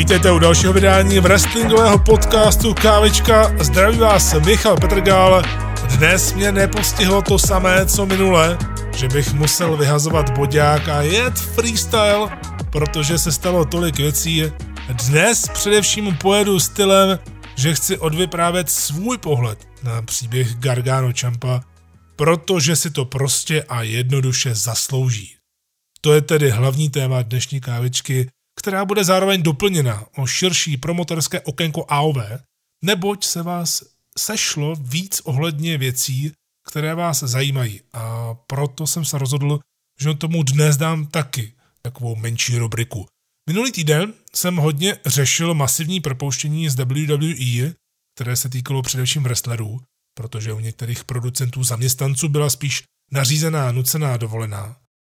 Vítejte u dalšího vydání wrestlingového podcastu Kávička. Zdraví vás Michal Petrgál. Dnes mě nepostihlo to samé, co minule, že bych musel vyhazovat bodák a jet freestyle, protože se stalo tolik věcí. Dnes především pojedu stylem, že chci odvyprávět svůj pohled na příběh Gargano Ciampa, protože si to prostě a jednoduše zaslouží. To je tedy hlavní téma dnešní kávičky, která bude zároveň doplněna o širší promotorské okénko AOV, neboť se vás sešlo víc ohledně věcí, které vás zajímají. A proto jsem se rozhodl, že tomu dnes dám taky takovou menší rubriku. Minulý týden jsem hodně řešil masivní propouštění z WWE, které se týkalo především wrestlerů, protože u některých producentů zaměstnanců byla spíš nařízená, nucená dovolená.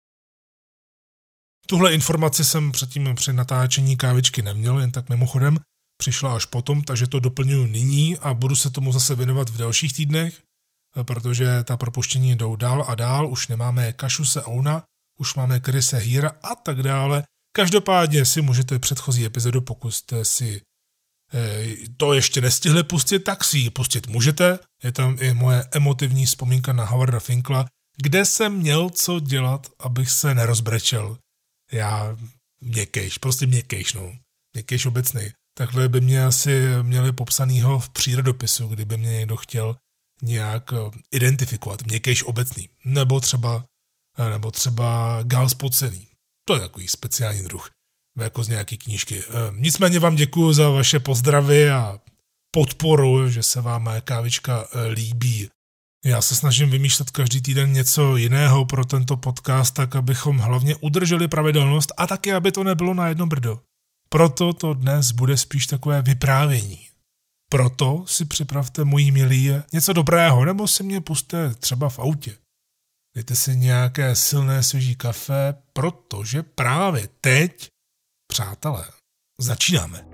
Tuhle informaci jsem předtím při natáčení kávičky neměl, jen tak mimochodem, přišla až potom, takže to doplňuji nyní a budu se tomu zase věnovat v dalších týdnech, protože ta propuštění jdou dál a dál, už nemáme Kašuse Ouna, už máme Krise Hira a tak dále. Každopádně si můžete předchozí epizodu, pokud jste si to ještě nestihli pustit, tak si ji pustit můžete. Je tam i moje emotivní vzpomínka na Howarda Finkla, kde jsem měl co dělat, abych se nerozbrečel. Já měkkejš obecnej. Takhle by mě asi měli popsanýho v přírodopisu, kdyby mě někdo chtěl nějak identifikovat. Měkkejš obecný. Nebo třeba gal spocený. To je takový speciální druh, jako z nějaký knížky. Nicméně vám děkuju za vaše pozdravy a podporu, že se vám moje kávička líbí. Já se snažím vymýšlet každý týden něco jiného pro tento podcast, tak abychom hlavně udrželi pravidelnost a taky, aby to nebylo na jedno brdo. Proto to dnes bude spíš takové vyprávění. Proto si připravte, moji milí, něco dobrého, nebo si mě pusťte třeba v autě. Dejte si nějaké silné svěží kafe, protože právě teď, přátelé, začínáme.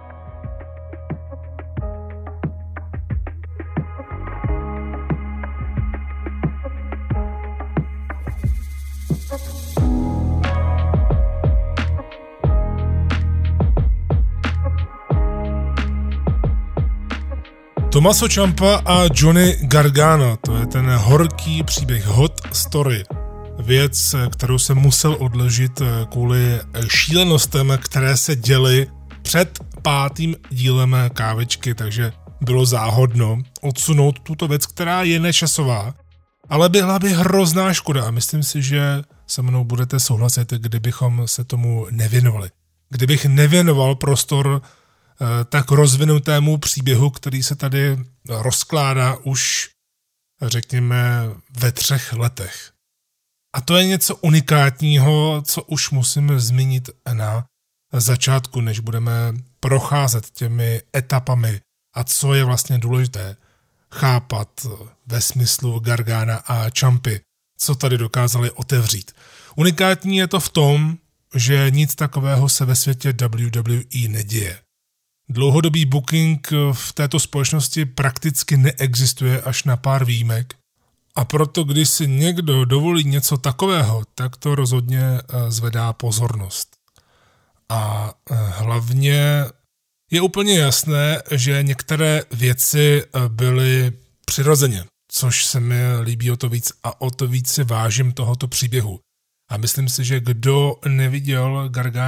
Tommaso Ciampa a Johnny Gargano, to je ten horký příběh, hot story. Věc, kterou jsem musel odložit kvůli šílenostem, které se děly před 5. dílem kávičky, takže bylo záhodno odsunout tuto věc, která je nečasová, ale byla by hrozná škoda a myslím si, že se mnou budete souhlasit, kdybychom se tomu nevěnovali. Kdybych nevěnoval prostor tak rozvinutému příběhu, který se tady rozkládá už, řekněme, ve 3 letech. A to je něco unikátního, co už musím zmínit na začátku, než budeme procházet těmi etapami a co je vlastně důležité chápat ve smyslu Gargana a Ciampy, co tady dokázali otevřít. Unikátní je to v tom, že nic takového se ve světě WWE neděje. Dlouhodobý booking v této společnosti prakticky neexistuje až na pár výjimek a proto, když si někdo dovolí něco takového, tak to rozhodně zvedá pozornost. A hlavně je úplně jasné, že některé věci byly přirozeně, což se mi líbí o to víc a o to víc si vážím tohoto příběhu. A myslím si, že kdo neviděl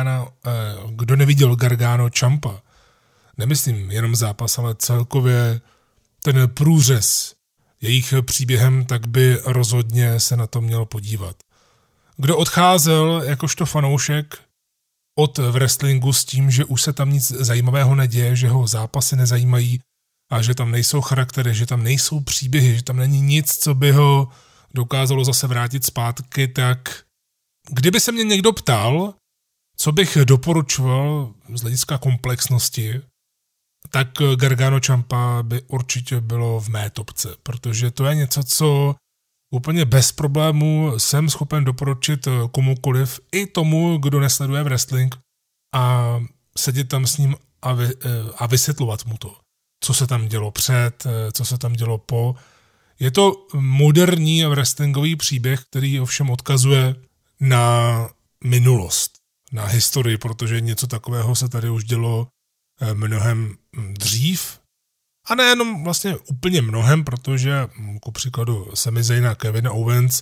Gargano Ciampa, nemyslím jenom zápas, ale celkově ten průřez jejich příběhem, tak by rozhodně se na to měl podívat. Kdo odcházel jakožto fanoušek od wrestlingu s tím, že už se tam nic zajímavého neděje, že ho zápasy nezajímají a že tam nejsou charaktery, že tam nejsou příběhy, že tam není nic, co by ho dokázalo zase vrátit zpátky, tak kdyby se mě někdo ptal, co bych doporučoval z hlediska komplexnosti, tak Gargano Ciampa by určitě bylo v mé topce, protože to je něco, co úplně bez problémů jsem schopen doporučit komukoliv, i tomu, kdo nesleduje wrestling a sedět tam s ním a vysvětlovat mu to, co se tam dělo před, co se tam dělo po. Je to moderní wrestlingový příběh, který ovšem odkazuje na minulost, na historii, protože něco takového se tady už dělo mnohem dřív. A nejenom vlastně úplně mnohem, protože ku příkladu Sami Zayn a Kevin Owens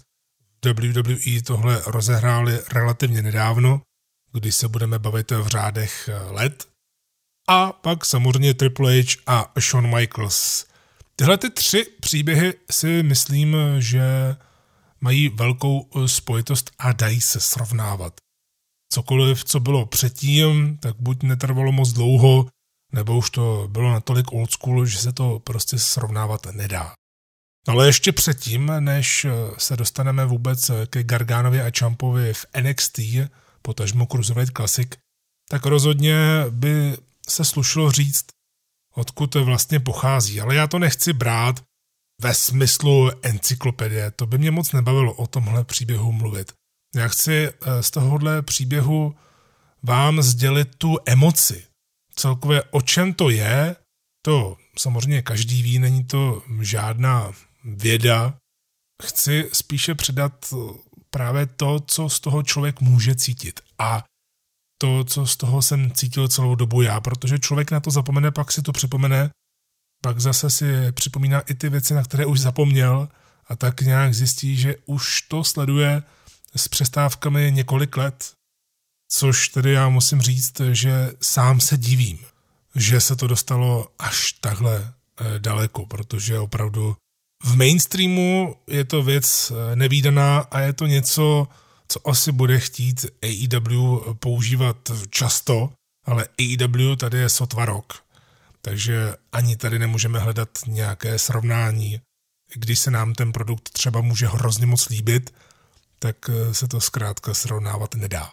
WWE tohle rozehráli relativně nedávno, když se budeme bavit v řádech let. A pak samozřejmě Triple H a Shawn Michaels. Tyhle ty 3 příběhy si myslím, že mají velkou spojitost a dají se srovnávat. Cokoliv, co bylo předtím, tak buď netrvalo moc dlouho, nebo už to bylo natolik old school, že se to prostě srovnávat nedá. Ale ještě předtím, než se dostaneme vůbec ke Garganovi a Ciampovi v NXT, potažmo Cruiserweight Classic, tak rozhodně by se slušilo říct, odkud vlastně pochází. Ale já to nechci brát ve smyslu encyklopedie, to by mě moc nebavilo o tomhle příběhu mluvit. Já chci z tohohle příběhu vám sdělit tu emoci. Celkově o čem to je, to samozřejmě každý ví, není to žádná věda. Chci spíše předat právě to, co z toho člověk může cítit. A to, co z toho jsem cítil celou dobu já, protože člověk na to zapomene, pak si to připomene, pak zase si připomíná i ty věci, na které už zapomněl a tak nějak zjistí, že už to sleduje s přestávkami několik let, což tedy já musím říct, že sám se divím, že se to dostalo až takhle daleko, protože opravdu v mainstreamu je to věc nevídaná a je to něco, co asi bude chtít AEW používat často, ale AEW tady je sotva rok, takže ani tady nemůžeme hledat nějaké srovnání. Když se nám ten produkt třeba může hrozně moc líbit, tak se to zkrátka srovnávat nedá.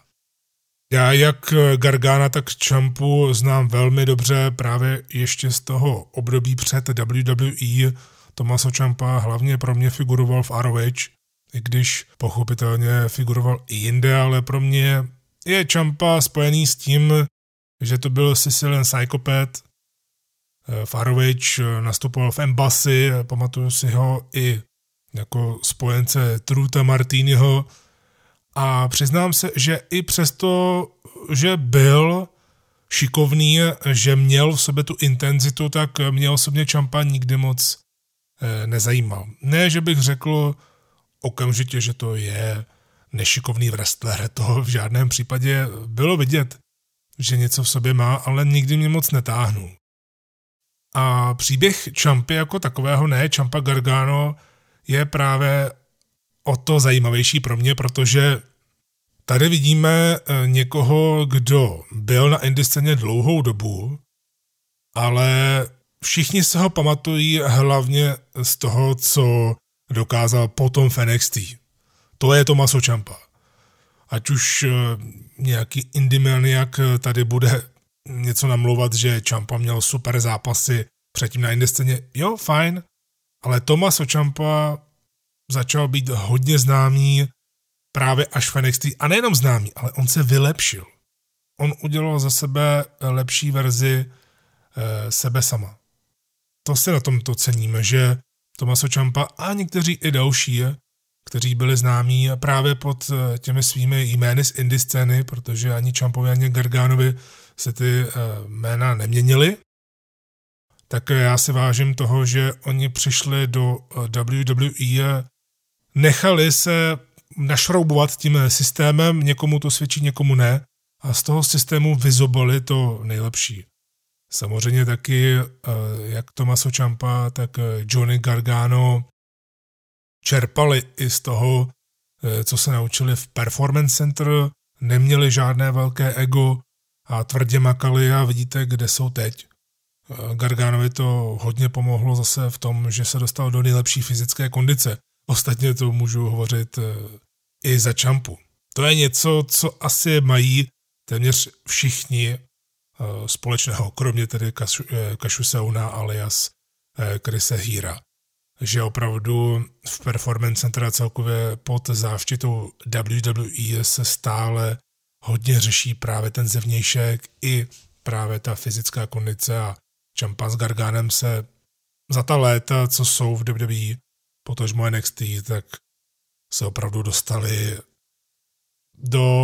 Já jak Gargana, tak Ciampu znám velmi dobře právě ještě z toho období před WWE. Tommaso Ciampa hlavně pro mě figuroval v ROH, i když pochopitelně figuroval i jinde, ale pro mě je Ciampa spojený s tím, že to byl Sicilian Psychopath. V ROH nastupoval v Embassy, pamatuju si ho i jako spojence Truta Martiniho a přiznám se, že i přesto, že byl šikovný, že měl v sobě tu intenzitu, tak mě osobně Ciampa nikdy moc nezajímal. Ne, že bych řekl okamžitě, že to je nešikovný wrestler, to v žádném případě bylo vidět, že něco v sobě má, ale nikdy mě moc netáhnul. A příběh Ciampy jako takového, ne Ciampa Gargano, je právě o to zajímavější pro mě, protože tady vidíme někoho, kdo byl na indie scéně dlouhou dobu, ale všichni se ho pamatují hlavně z toho, co dokázal potom v NXT. To je Tommaso Ciampa. Ať už nějaký indie maniak tady bude něco namlouvat, že Ciampa měl super zápasy předtím na indie scéně, jo, fajn, ale Tommaso Ciampa začal být hodně známý právě až v NXT. A nejenom známý, ale on se vylepšil. On udělal za sebe lepší verzi sebe sama. To si na tomto ceníme, že Tommaso Ciampa a někteří i další, kteří byli známí právě pod těmi svými jmény z indie scény, protože ani Ciampovi, ani Garganovi se ty jména neměnily, tak já si vážím toho, že oni přišli do WWE, nechali se našroubovat tím systémem, někomu to svědčí, někomu ne, a z toho systému vyzobali to nejlepší. Samozřejmě taky jak Tommaso Ciampa, tak Johnny Gargano čerpali i z toho, co se naučili v Performance Center, neměli žádné velké ego a tvrdě makali a vidíte, kde jsou teď. Garganovi to hodně pomohlo zase v tom, že se dostal do nejlepší fyzické kondice. Ostatně to můžu hovořit i za Ciampu. To je něco, co asi mají téměř všichni společného, kromě tedy Cassiusa alias Chrisa Hera. Že opravdu v Performance Center a celkově pod záštitou WWE se stále hodně řeší právě ten zevnějšek i právě ta fyzická kondice a Ciampa s Garganem se za ta léta, co jsou v WWE, potažmo NXT, tak se opravdu dostali do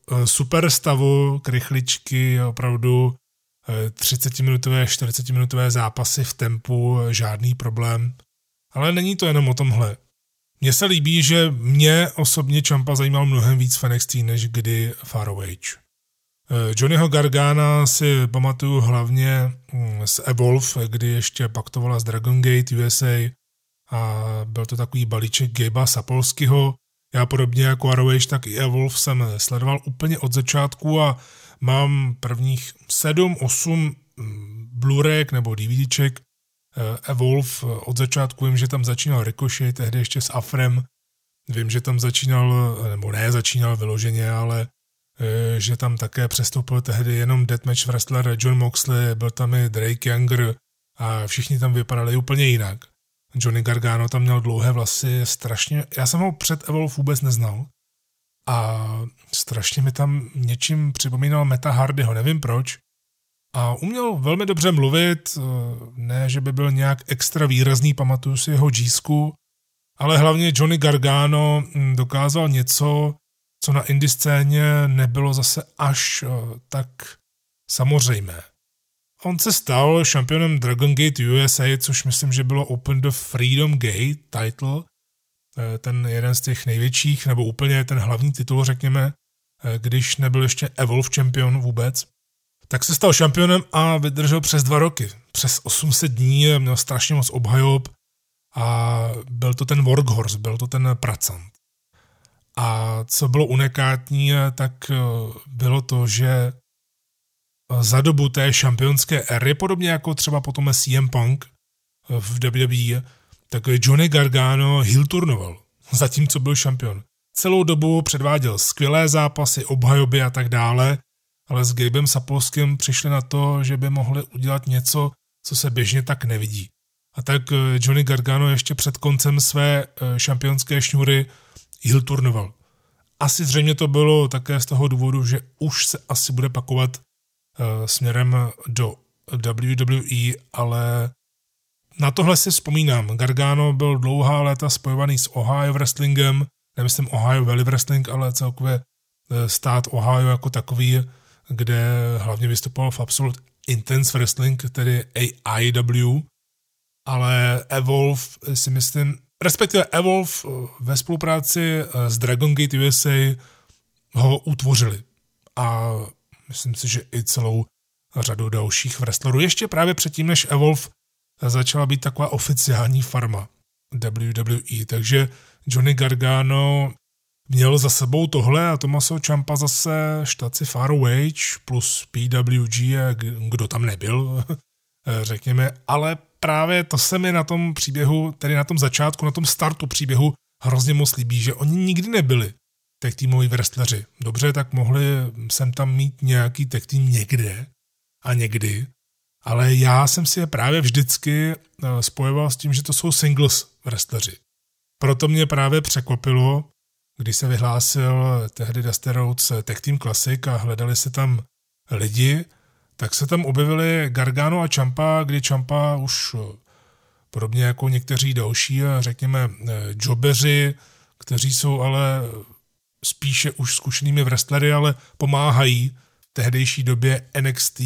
super stavu, krychličky, opravdu 30-minutové, 40-minutové zápasy v tempu, žádný problém. Ale není to jenom o tomhle. Mně se líbí, že mě osobně Ciampa zajímal mnohem víc v NXT, než kdy v ROH. Johnnyho Gargana si pamatuju hlavně z Evolve, kdy ještě paktovala s Dragon Gate USA a byl to takový balíček Gabe'a Sapolskyho. Já podobně jako ROH, tak i Evolve jsem sledoval úplně od začátku a mám prvních 7-8 Blu-rayek nebo DVDček Evolve od začátku. Vím, že tam začínal Ricochet, tehdy ještě s Afrem. Vím, že tam začínal, nebo ne začínal vyloženě, ale že tam také přestoupil tehdy jenom deathmatch wrestler Jon Moxley, byl tam i Drake Younger a všichni tam vypadali úplně jinak. Johnny Gargano tam měl dlouhé vlasy, strašně, já jsem ho před Evolve vůbec neznal a strašně mi tam něčím připomínal Meta Hardyho, nevím proč. A uměl velmi dobře mluvit, ne, že by byl nějak extra výrazný, pamatuju si jeho džísku, ale hlavně Johnny Gargano dokázal něco, co na indie scéně nebylo zase až tak samozřejmé. On se stal šampionem Dragon Gate USA, což myslím, že bylo Open the Freedom Gate title, ten jeden z těch největších, nebo úplně ten hlavní titul, řekněme, když nebyl ještě Evolve Champion vůbec. Tak se stal šampionem a vydržel přes 2 roky. Přes 800 dní, měl strašně moc obhajob a byl to ten workhorse, byl to ten pracant. A co bylo unikátní, tak bylo to, že za dobu té šampionské éry, podobně jako třeba potom CM Punk v WWE, tak Johnny Gargano heel turnoval, zatímco byl šampion. Celou dobu předváděl skvělé zápasy, obhajoby a tak dále, ale s Gabe'em Sapolským přišli na to, že by mohli udělat něco, co se běžně tak nevidí. A tak Johnny Gargano ještě před koncem své šampionské šňůry heel turnoval. Asi zřejmě to bylo také z toho důvodu, že už se asi bude pakovat směrem do WWE, ale na tohle si vzpomínám. Gargano byl dlouhá léta spojovaný s Ohio Wrestlingem, nemyslím Ohio Valley Wrestling, ale celkově stát Ohio jako takový, kde hlavně vystupoval v Absolute Intense Wrestling, tedy AIW, ale Evolve si myslím, respektive Evolve ve spolupráci s Dragon Gate USA ho utvořili a myslím si, že i celou řadu dalších wrestlerů. Ještě právě předtím, než Evolve začala být taková oficiální farma WWE, takže Johnny Gargano měl za sebou tohle a Tommaso Ciampa zase štaci v ROH plus PWG, kdo tam nebyl, řekněme, ale právě to se mi na tom příběhu, tedy na tom začátku, na tom startu příběhu hrozně moc líbí, že oni nikdy nebyli tag týmoví wrestleri. Dobře, tak mohli sem tam mít nějaký tag tým někde a někdy, ale já jsem si je právě vždycky spojoval s tím, že to jsou singles wrestleri. Proto mě právě překvapilo, když se vyhlásil tehdy Dusty Rhodes Tag Team Classic a hledali se tam lidi, tak se tam objevili Gargano a Ciampa, kdy Ciampa už podobně jako někteří další, řekněme, jobbeři, kteří jsou ale spíše už zkušenými wrestlery, ale pomáhají v tehdejší době NXT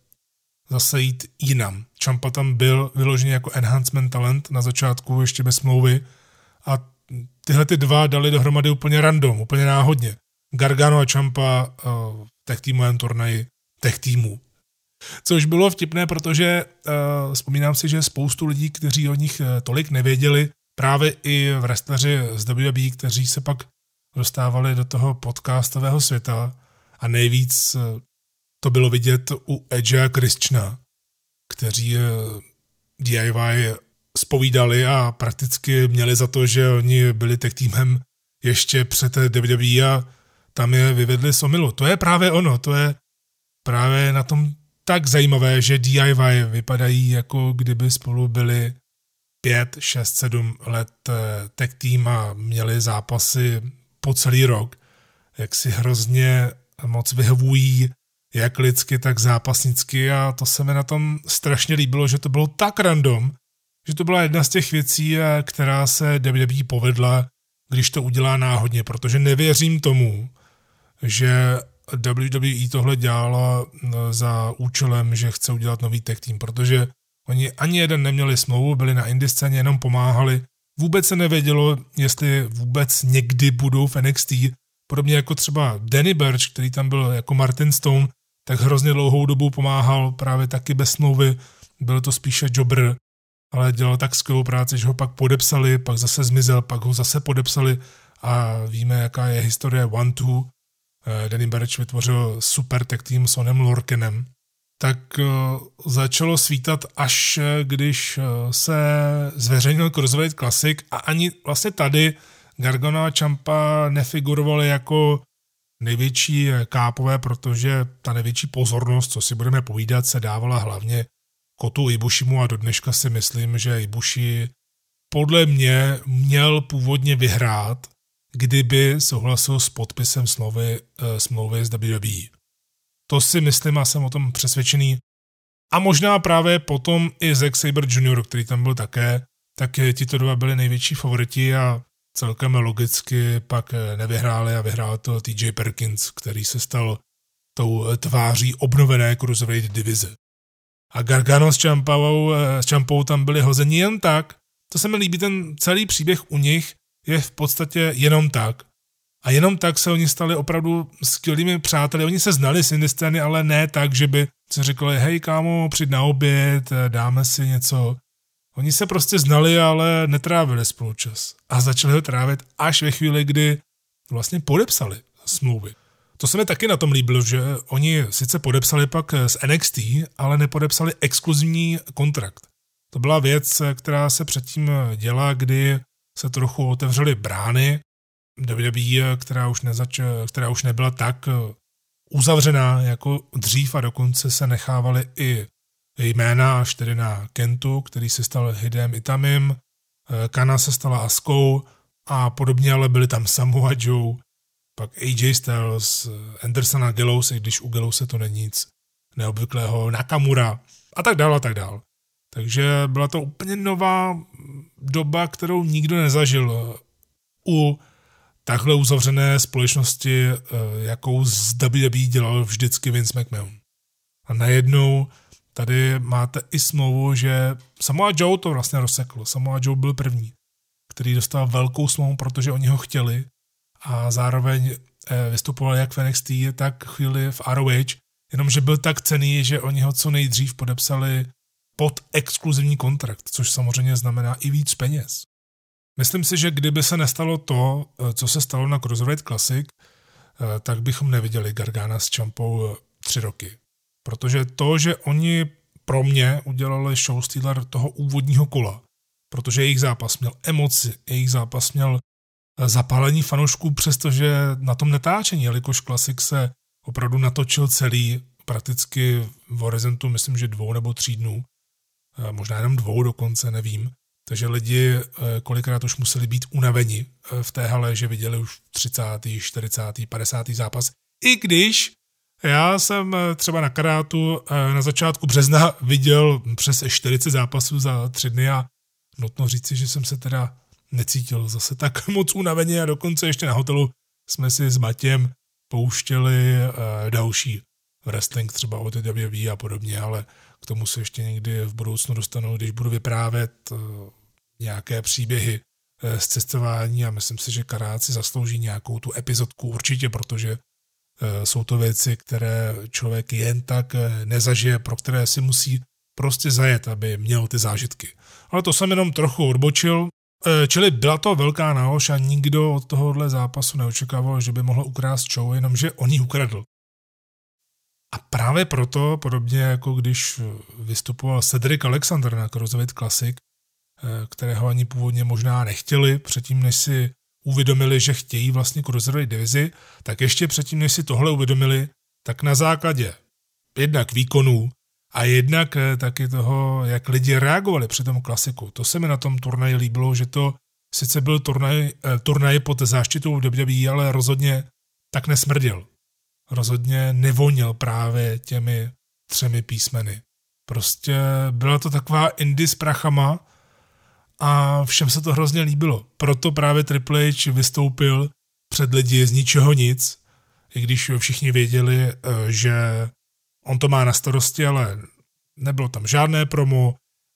zase jít jinam. Ciampa tam byl vyložený jako enhancement talent na začátku, ještě bez smlouvy a tyhle ty dva dali dohromady úplně random, úplně náhodně. Gargano a Ciampa v tag teamovém turnaji tag teamů. Což bylo vtipné, protože vzpomínám si, že spoustu lidí, kteří o nich tolik nevěděli, právě i wrestleri z WWE, kteří se pak dostávali do toho podcastového světa a nejvíc to bylo vidět u Edge a Christiana, kteří DIY zpovídali a prakticky měli za to, že oni byli tag týmem ještě před WWE a tam je vyvedli z omylu. To je právě ono, to je právě na tom tak zajímavé, že DIY vypadají, jako kdyby spolu byli 5, 6, 7 let tag tým a měli zápasy po celý rok. Jak si hrozně moc vyhovují jak lidsky, tak zápasnicky a to se mi na tom strašně líbilo, že to bylo tak random, že to byla jedna z těch věcí, která se WWE povedla, když to udělá náhodně, protože nevěřím tomu, že WWE tohle dělala za účelem, že chce udělat nový tag team, protože oni ani jeden neměli smlouvu, byli na indie scéně, jenom pomáhali. Vůbec se nevědělo, jestli vůbec někdy budou v NXT. Podobně jako třeba Danny Burch, který tam byl jako Martin Stone, tak hrozně dlouhou dobu pomáhal právě taky bez smlouvy. Byl to spíše jobber, ale dělal tak skvělou práci, že ho pak podepsali, pak zase zmizel, pak ho zase podepsali a víme, jaká je historie 1-2. Danny Burch vytvořil super tag team s Onem Lorcanem. Tak začalo svítat, až když se zveřejnil Cruiserweight Classic a ani vlastně tady Gargano a Ciampa nefigurovali jako největší kápové, protože ta největší pozornost, co si budeme povídat, se dávala hlavně Kotu Ibushimu a do dneška si myslím, že Ibushi podle mě měl původně vyhrát, kdyby souhlasil s podpisem smlouvy s WWE. To si myslím a jsem o tom přesvědčený. A možná právě potom i Zack Sabre Jr., který tam byl také, tak tito dva byli největší favoriti a celkem logicky pak nevyhráli a vyhrál to TJ Perkins, který se stal tou tváří obnovené cruiserweight divize. A Gargano s Ciampou tam byli hozeni jen tak. To se mi líbí, ten celý příběh u nich je v podstatě jenom tak. A jenom tak se oni stali opravdu skvělými přáteli. Oni se znali z indie scény, ale ne tak, že by si řekli, hej kámo, přijď na oběd, dáme si něco. Oni se prostě znali, ale netrávili spolu čas. A začali ho trávit až ve chvíli, kdy vlastně podepsali smlouvy. To se mi taky na tom líbilo, že oni sice podepsali pak s NXT, ale nepodepsali exkluzivní kontrakt. To byla věc, která se předtím děla, kdy se trochu otevřely brány WWE, která už nebyla tak uzavřená jako dřív a dokonce se nechávaly i jména, až tedy na Kentu, který se stal Hidem Itamim, Kana se stala Askou a podobně, ale byli tam Samoa Joe, pak AJ Styles, Anderson a Gallows, i když u Gallowse to není nic neobvyklého, Nakamura a tak dál a tak dál. Takže byla to úplně nová doba, kterou nikdo nezažil u takhle uzavřené společnosti, jakou z WWE dělal vždycky Vince McMahon. A najednou tady máte i smlouvu, že Samoa Joe to vlastně rozsekl. Samoa Joe byl první, který dostal velkou smlouvu, protože oni ho chtěli a zároveň vystupoval jak v NXT, tak chvíli v ROH, jenomže byl tak cenný, že oni ho co nejdřív podepsali pod exkluzivní kontrakt, což samozřejmě znamená i víc peněz. Myslím si, že kdyby se nestalo to, co se stalo na Cruiserweight Classic, tak bychom neviděli Gargana s Ciampou 3 roky. Protože to, že oni pro mě udělali showstealer toho úvodního kola, protože jejich zápas měl emoci, jejich zápas měl zapálení fanoušků, přestože na tom netáčení, jelikož Classic se opravdu natočil celý, prakticky v horizontu, myslím, že 2 nebo 3 dnů, možná jenom 2 dokonce, nevím. Takže lidi kolikrát už museli být unaveni v té hale, že viděli už 30., 40., 50. zápas. I když já jsem třeba na karátu na začátku března viděl přes 40 zápasů za 3 dny a nutno říci, že jsem se teda necítil zase tak moc unaveně a dokonce ještě na hotelu jsme si s Matějem pouštěli další wrestling třeba od WWE a podobně, ale k tomu se ještě někdy v budoucnu dostanu, když budu vyprávět nějaké příběhy z cestování a myslím si, že karát si zaslouží nějakou tu epizodku určitě, protože jsou to věci, které člověk jen tak nezažije, pro které si musí prostě zajet, aby měl ty zážitky. Ale to jsem jenom trochu odbočil, čili byla to velká nálož a nikdo od tohohle zápasu neočekával, že by mohl ukrást show, jenomže on ji ukradl. A právě proto, podobně jako když vystupoval Cedric Alexander na Cruiserweight Classic, kterého ani původně možná nechtěli, předtím než si uvědomili, že chtějí vlastně Cruiserweight divizi, tak ještě předtím, než si tohle uvědomili, tak na základě jednak výkonů a jednak taky toho, jak lidi reagovali při tom klasiku. To se mi na tom turnaji líbilo, že to sice byl turnaj pod záštitou WWE, ale rozhodně tak nesmrděl. Rozhodně nevonil právě těmi 3 písmeny. Prostě byla to taková indie s prachama a všem se to hrozně líbilo. Proto právě Triple H vystoupil před lidi z ničeho nic, i když všichni věděli, že on to má na starosti, ale nebylo tam žádné promo,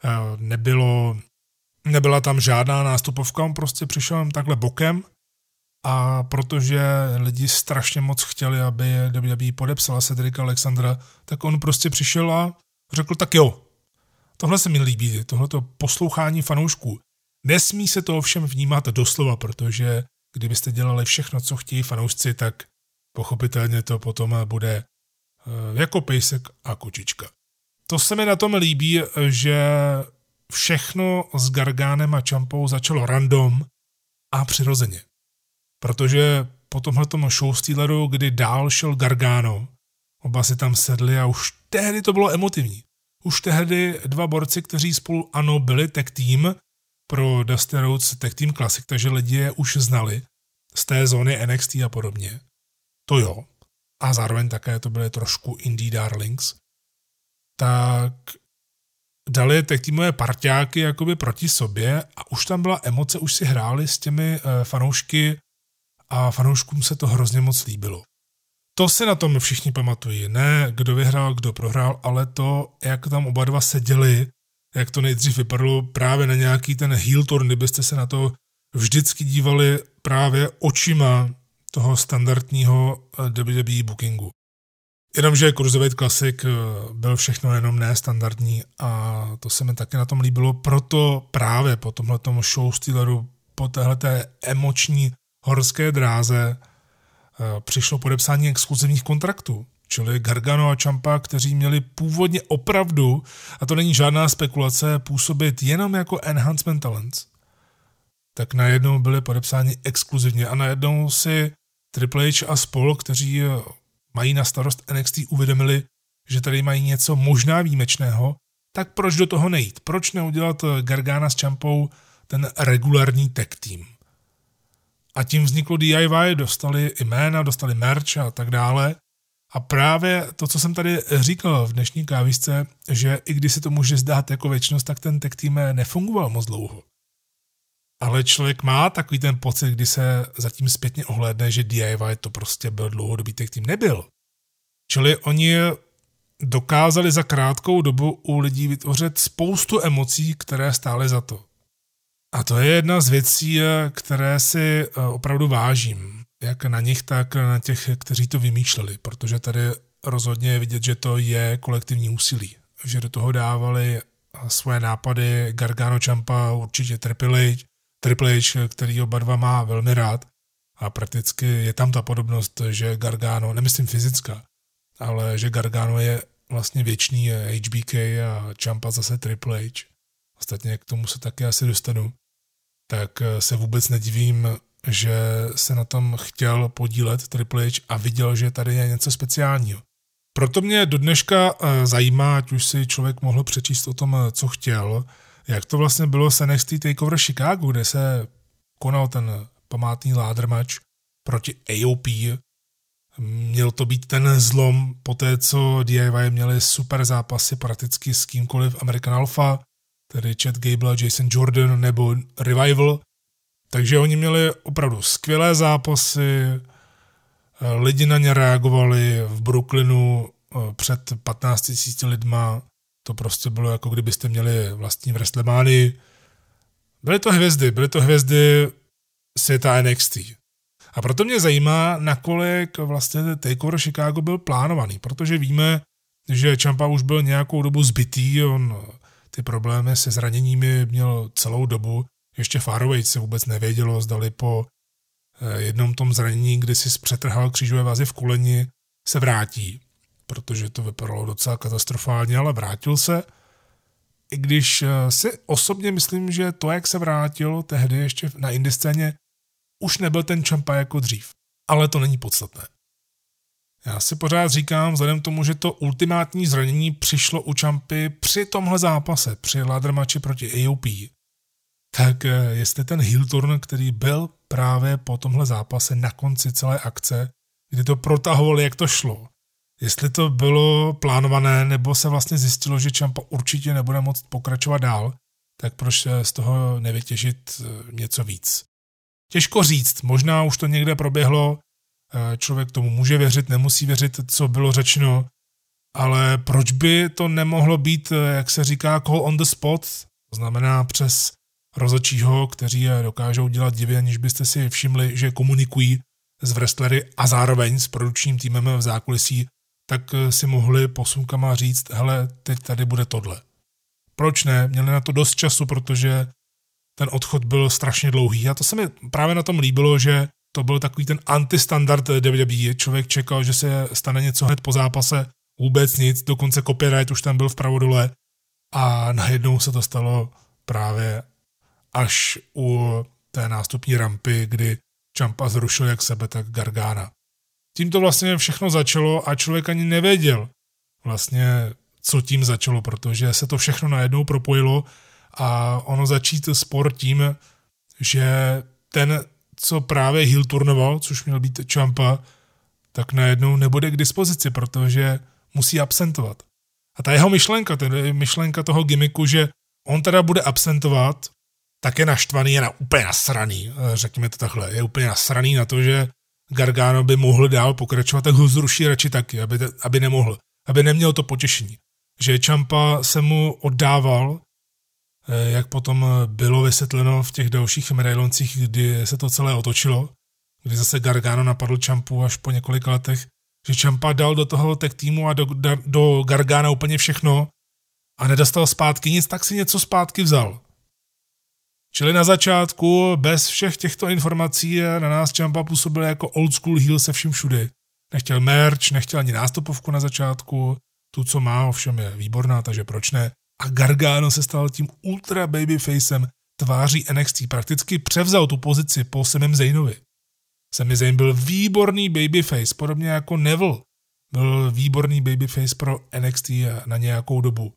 nebyla tam žádná nástupovka, on prostě přišel jen takhle bokem a protože lidi strašně moc chtěli, aby WWE podepsala Cedrika Alexandra, tak on prostě přišel a řekl, tak jo, tohle se mi líbí, tohleto poslouchání fanoušků. Nesmí se to ovšem vnímat doslova, protože kdybyste dělali všechno, co chtějí fanoušci, tak pochopitelně to potom bude jako pejsek a kočička. To se mi na tom líbí, že všechno s Garganem a Ciampou začalo random a přirozeně. Protože po tomhletom showstealeru, kdy dál šel Gargano, oba si tam sedli a už tehdy to bylo emotivní. Už tehdy dva borci, kteří spolu ano byli tag team pro Dusty Rhodes Tag Team Classic, takže lidi je už znali z té zóny NXT a podobně. To jo. A zároveň také to byly trošku indie darlings. Tak dali tag teamové parťáky jakoby proti sobě a už tam byla emoce, už si hráli s těmi fanoušky a fanouškům se to hrozně moc líbilo. To si na tom všichni pamatují. Ne kdo vyhrál, kdo prohrál, ale to, jak tam oba dva seděli, jak to nejdřív vypadalo právě na nějaký ten heel turn, kdybyste se na to vždycky dívali právě očima toho standardního WWE bookingu. Jenomže Cruiserweight Classic byl všechno jenom nestandardní a to se mi taky na tom líbilo, proto právě po tomhletom showstealeru, po téhleté emoční horské dráze přišlo podepsání exkluzivních kontraktů, čili Gargano a Ciampa, kteří měli původně opravdu, a to není žádná spekulace, působit jenom jako enhancement talents. Tak najednou byli podepsáni exkluzivně a najednou si Triple H a spol, kteří mají na starost NXT, uvědomili, že tady mají něco možná výjimečného, tak proč do toho nejít? Proč neudělat Gargana s Ciampou ten regulární tag team? A tím vzniklo DIY, dostali jména, dostali merch a tak dále. A právě to, co jsem tady říkal v dnešní kávisce, že i když se to může zdát jako věčnost, tak ten tag team nefungoval moc dlouho. Ale člověk má takový ten pocit, kdy se zatím zpětně ohlédne, že DIY to prostě byl dlouhodobý tag team. Nebyl. Čili oni dokázali za krátkou dobu u lidí vytvořit spoustu emocí, které stály za to. A to je jedna z věcí, které si opravdu vážím. Jak na nich, tak na těch, kteří to vymýšleli. Protože tady rozhodně je vidět, že to je kolektivní úsilí. Že do toho dávali svoje nápady Gargano, Ciampa, určitě Triple H, který oba dva má velmi rád. A prakticky je tam ta podobnost, že Gargano, nemyslím fyzická, ale že Gargano je vlastně věčný HBK a Ciampa zase Triple H. Ostatně k tomu se taky asi dostanu. Tak se vůbec nedivím, že se na tom chtěl podílet Triple H a viděl, že tady je něco speciálního. Proto mě do dneška zajímá, ať už si člověk mohl přečíst o tom, co chtěl, jak to vlastně bylo s NXT TakeOver Chicago, kde se konal ten památný ladder match proti AOP. Měl to být ten zlom po té, co DIY měli super zápasy prakticky s kýmkoliv American Alpha, tedy Chad Gable, Jason Jordan nebo Revival. Takže oni měli opravdu skvělé zápasy, lidi na ně reagovali v Brooklynu před 15 000 lidma. To prostě bylo jako kdybyste měli vlastní WrestleManii. Byly to hvězdy světa NXT. A proto mě zajímá, nakolik vlastně TakeOver Chicago byl plánovaný, protože víme, že Ciampa už byl nějakou dobu zbytý, on ty problémy se zraněními měl celou dobu. Ještě Farovejc se vůbec nevědělo, zdali po jednom tom zranění, kdy si přetrhal křížové vazy v koleni, se vrátí, protože to vypadalo docela katastrofálně, ale vrátil se. I když si osobně myslím, že to, jak se vrátil tehdy ještě na indie scéně, už nebyl ten Ciampa jako dřív. Ale to není podstatné. Já si pořád říkám, vzhledem k tomu, že to ultimátní zranění přišlo u Ciampy při tomhle zápase, při ladder matchi proti AOP, tak jestli ten heel turn, který byl právě po tomhle zápase na konci celé akce, kdy to protahovali, jak to šlo, jestli to bylo plánované, nebo se vlastně zjistilo, že Ciampa určitě nebude moct pokračovat dál, tak proč z toho nevytěžit něco víc. Těžko říct, možná už to někde proběhlo, člověk tomu může věřit, nemusí věřit, co bylo řečeno, ale proč by to nemohlo být, jak se říká, call on the spot, to znamená přes rozhodčího, kteří dokážou dělat divy, aniž byste si všimli, že komunikují s wrestlery a zároveň s produkčním týmem v zákulisí, tak si mohli posunkama říct, hele, teď tady bude tohle. Proč ne? Měli na to dost času, protože ten odchod byl strašně dlouhý. A to se mi právě na tom líbilo, že to byl takový ten antistandard WWE. Člověk čekal, že se stane něco hned po zápase, vůbec nic, dokonce copyright už tam byl vpravo dole a najednou se to stalo právě až u té nástupní rampy, kdy Ciampa zrušil jak sebe, tak Gargana. Tím to vlastně všechno začalo a člověk ani nevěděl vlastně, co tím začalo, protože se to všechno najednou propojilo a ono začít spor tím, že ten, co právě heel turnoval, což měl být Ciampa, tak najednou nebude k dispozici, protože musí absentovat. A ta jeho myšlenka toho gimmicku, že on teda bude absentovat, tak je naštvaný, je úplně nasraný, řekněme to takhle, je úplně nasraný na to, že Gargano by mohl dál pokračovat, tak ho zruší radši taky, aby nemohl, aby neměl to potěšení. Že Ciampa se mu oddával, jak potom bylo vysvětleno v těch dalších medailoncích, kdy se to celé otočilo, kdy zase Gargano napadl Ciampu až po několika letech, že Ciampa dal do toho tag týmu a do Gargana úplně všechno a nedostal zpátky nic, tak si něco zpátky vzal. Čili na začátku, bez všech těchto informací, na nás Ciampa působil jako old school heel se vším všudy. Nechtěl merch, nechtěl ani nástupovku na začátku, tu, co má, ovšem je výborná, takže proč ne. A Gargano se stal tím ultra babyfacem tváří NXT, prakticky převzal tu pozici po Samim Zaynovi. Sami Zayn byl výborný babyface, podobně jako Neville. Byl výborný babyface pro NXT na nějakou dobu.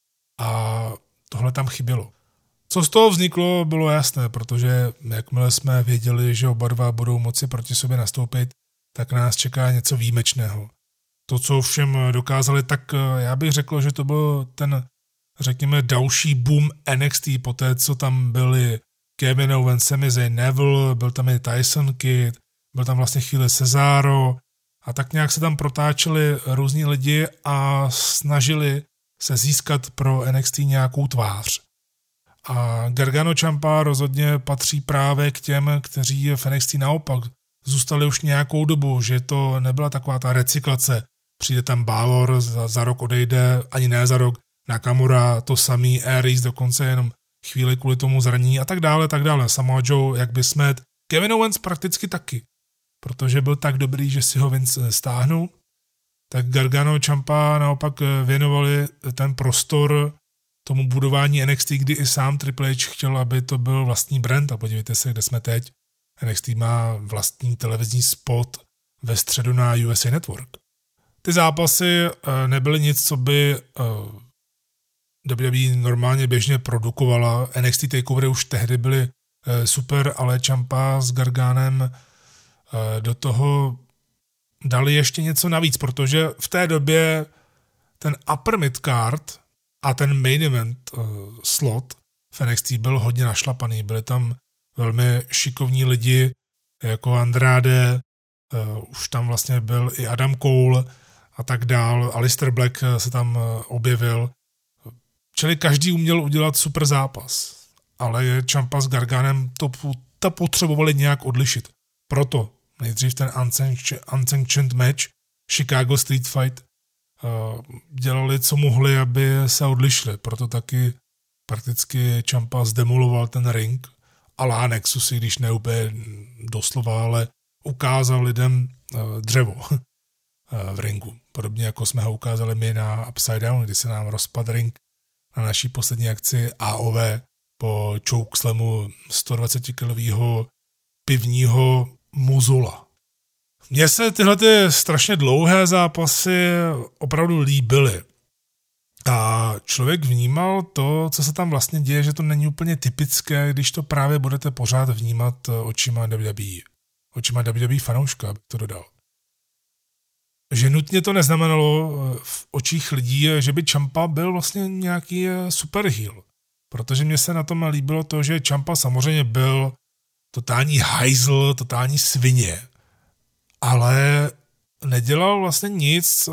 A tohle tam chybělo. Co z toho vzniklo, bylo jasné, protože jakmile jsme věděli, že oba dva budou moci proti sobě nastoupit, tak nás čeká něco výjimečného. To, co všem dokázali, tak já bych řekl, že to byl ten, řekněme, další boom NXT, poté, co tam byli Kevin Owens, Sami Zayn, Neville, byl tam i Tyson Kidd, byl tam vlastně chvíli Cesaro a tak nějak se tam protáčeli různí lidi a snažili se získat pro NXT nějakou tvář. A Gargano Ciampa rozhodně patří právě k těm, kteří v NXT naopak zůstali už nějakou dobu, že to nebyla taková ta recyklace. Přijde tam Balor, za rok odejde, ani ne za rok, Nakamura, to samý, Aries dokonce jenom chvíli kvůli tomu zranění a tak dále. Samoa Joe, jak by smet. Kevin Owens prakticky taky, protože byl tak dobrý, že si ho Vince stáhnul. Tak Gargano Ciampa naopak věnovali ten prostor tomu budování NXT, kdy i sám Triple H chtěl, aby to byl vlastní brand a podívejte se, kde jsme teď. NXT má vlastní televizní spot ve středu na USA Network. Ty zápasy nebyly nic, co by WWE normálně běžně produkovala. NXT takeovery už tehdy byly super, ale Ciampa s Garganem do toho dali ještě něco navíc, protože v té době ten upper midcard a ten main event slot v NXT byl hodně našlapaný. Byli tam velmi šikovní lidi jako Andrade, už tam vlastně byl i Adam Cole a tak dál. Aleister Black se tam objevil. Čili každý uměl udělat super zápas. Ale Ciampa s Garganem to potřebovali nějak odlišit. Proto nejdřív ten unsanctioned match, Chicago Street Fight, dělali, co mohli, aby se odlišili. Proto taky prakticky Ciampa zdemoloval ten ring a lá Nexus, i když ne úplně doslova, ale ukázal lidem dřevo v ringu. Podobně jako jsme ho ukázali my na Upside Down, kdy se nám rozpadl ring na naší poslední akci AOV po chokeslamu 120-kilového pivního mozula. Mně se tyhle strašně dlouhé zápasy opravdu líbily. A člověk vnímal to, co se tam vlastně děje, že to není úplně typické, když to právě budete pořád vnímat očima WWE. Očima WWE fanouška, abych to dodal. Že nutně to neznamenalo v očích lidí, že by Ciampa byl vlastně nějaký super heel. Protože mně se na tom líbilo to, že Ciampa samozřejmě byl totální hajzl, totální svině. ale nedělal vlastně nic,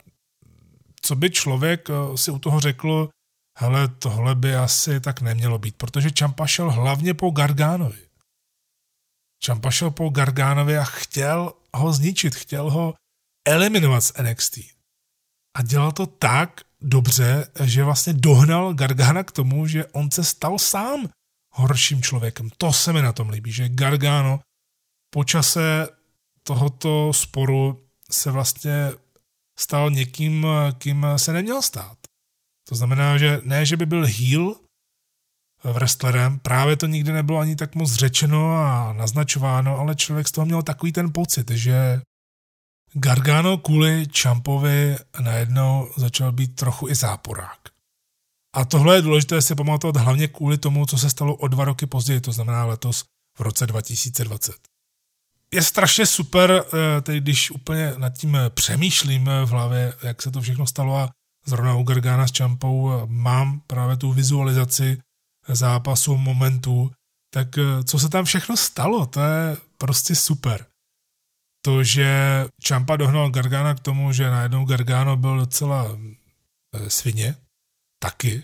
co by člověk si u toho řekl, hele, tohle by asi tak nemělo být, protože Ciampa šel hlavně po Garganovi. Ciampa šel po Garganovi a chtěl ho zničit, chtěl ho eliminovat z NXT. A dělal to tak dobře, že vlastně dohnal Gargana k tomu, že on se stal sám horším člověkem. To se mi na tom líbí, že Gargano po čase tohoto sporu se vlastně stal někým, kým se neměl stát. To znamená, že ne, že by byl heel wrestlerem, právě to nikdy nebylo ani tak moc řečeno a naznačováno, ale člověk z toho měl takový ten pocit, že Gargano kvůli Ciampovi najednou začal být trochu i záporák. A tohle je důležité si pamatovat hlavně kvůli tomu, co se stalo o 2 roky později, to znamená letos v roce 2020. Je strašně super, teď když úplně nad tím přemýšlím v hlavě, jak se to všechno stalo a zrovna u Gargana s Ciampou mám právě tu vizualizaci zápasu, momentů, tak co se tam všechno stalo, to je prostě super. To, že Ciampa dohnal Gargana k tomu, že najednou Gargano byl docela svině, taky,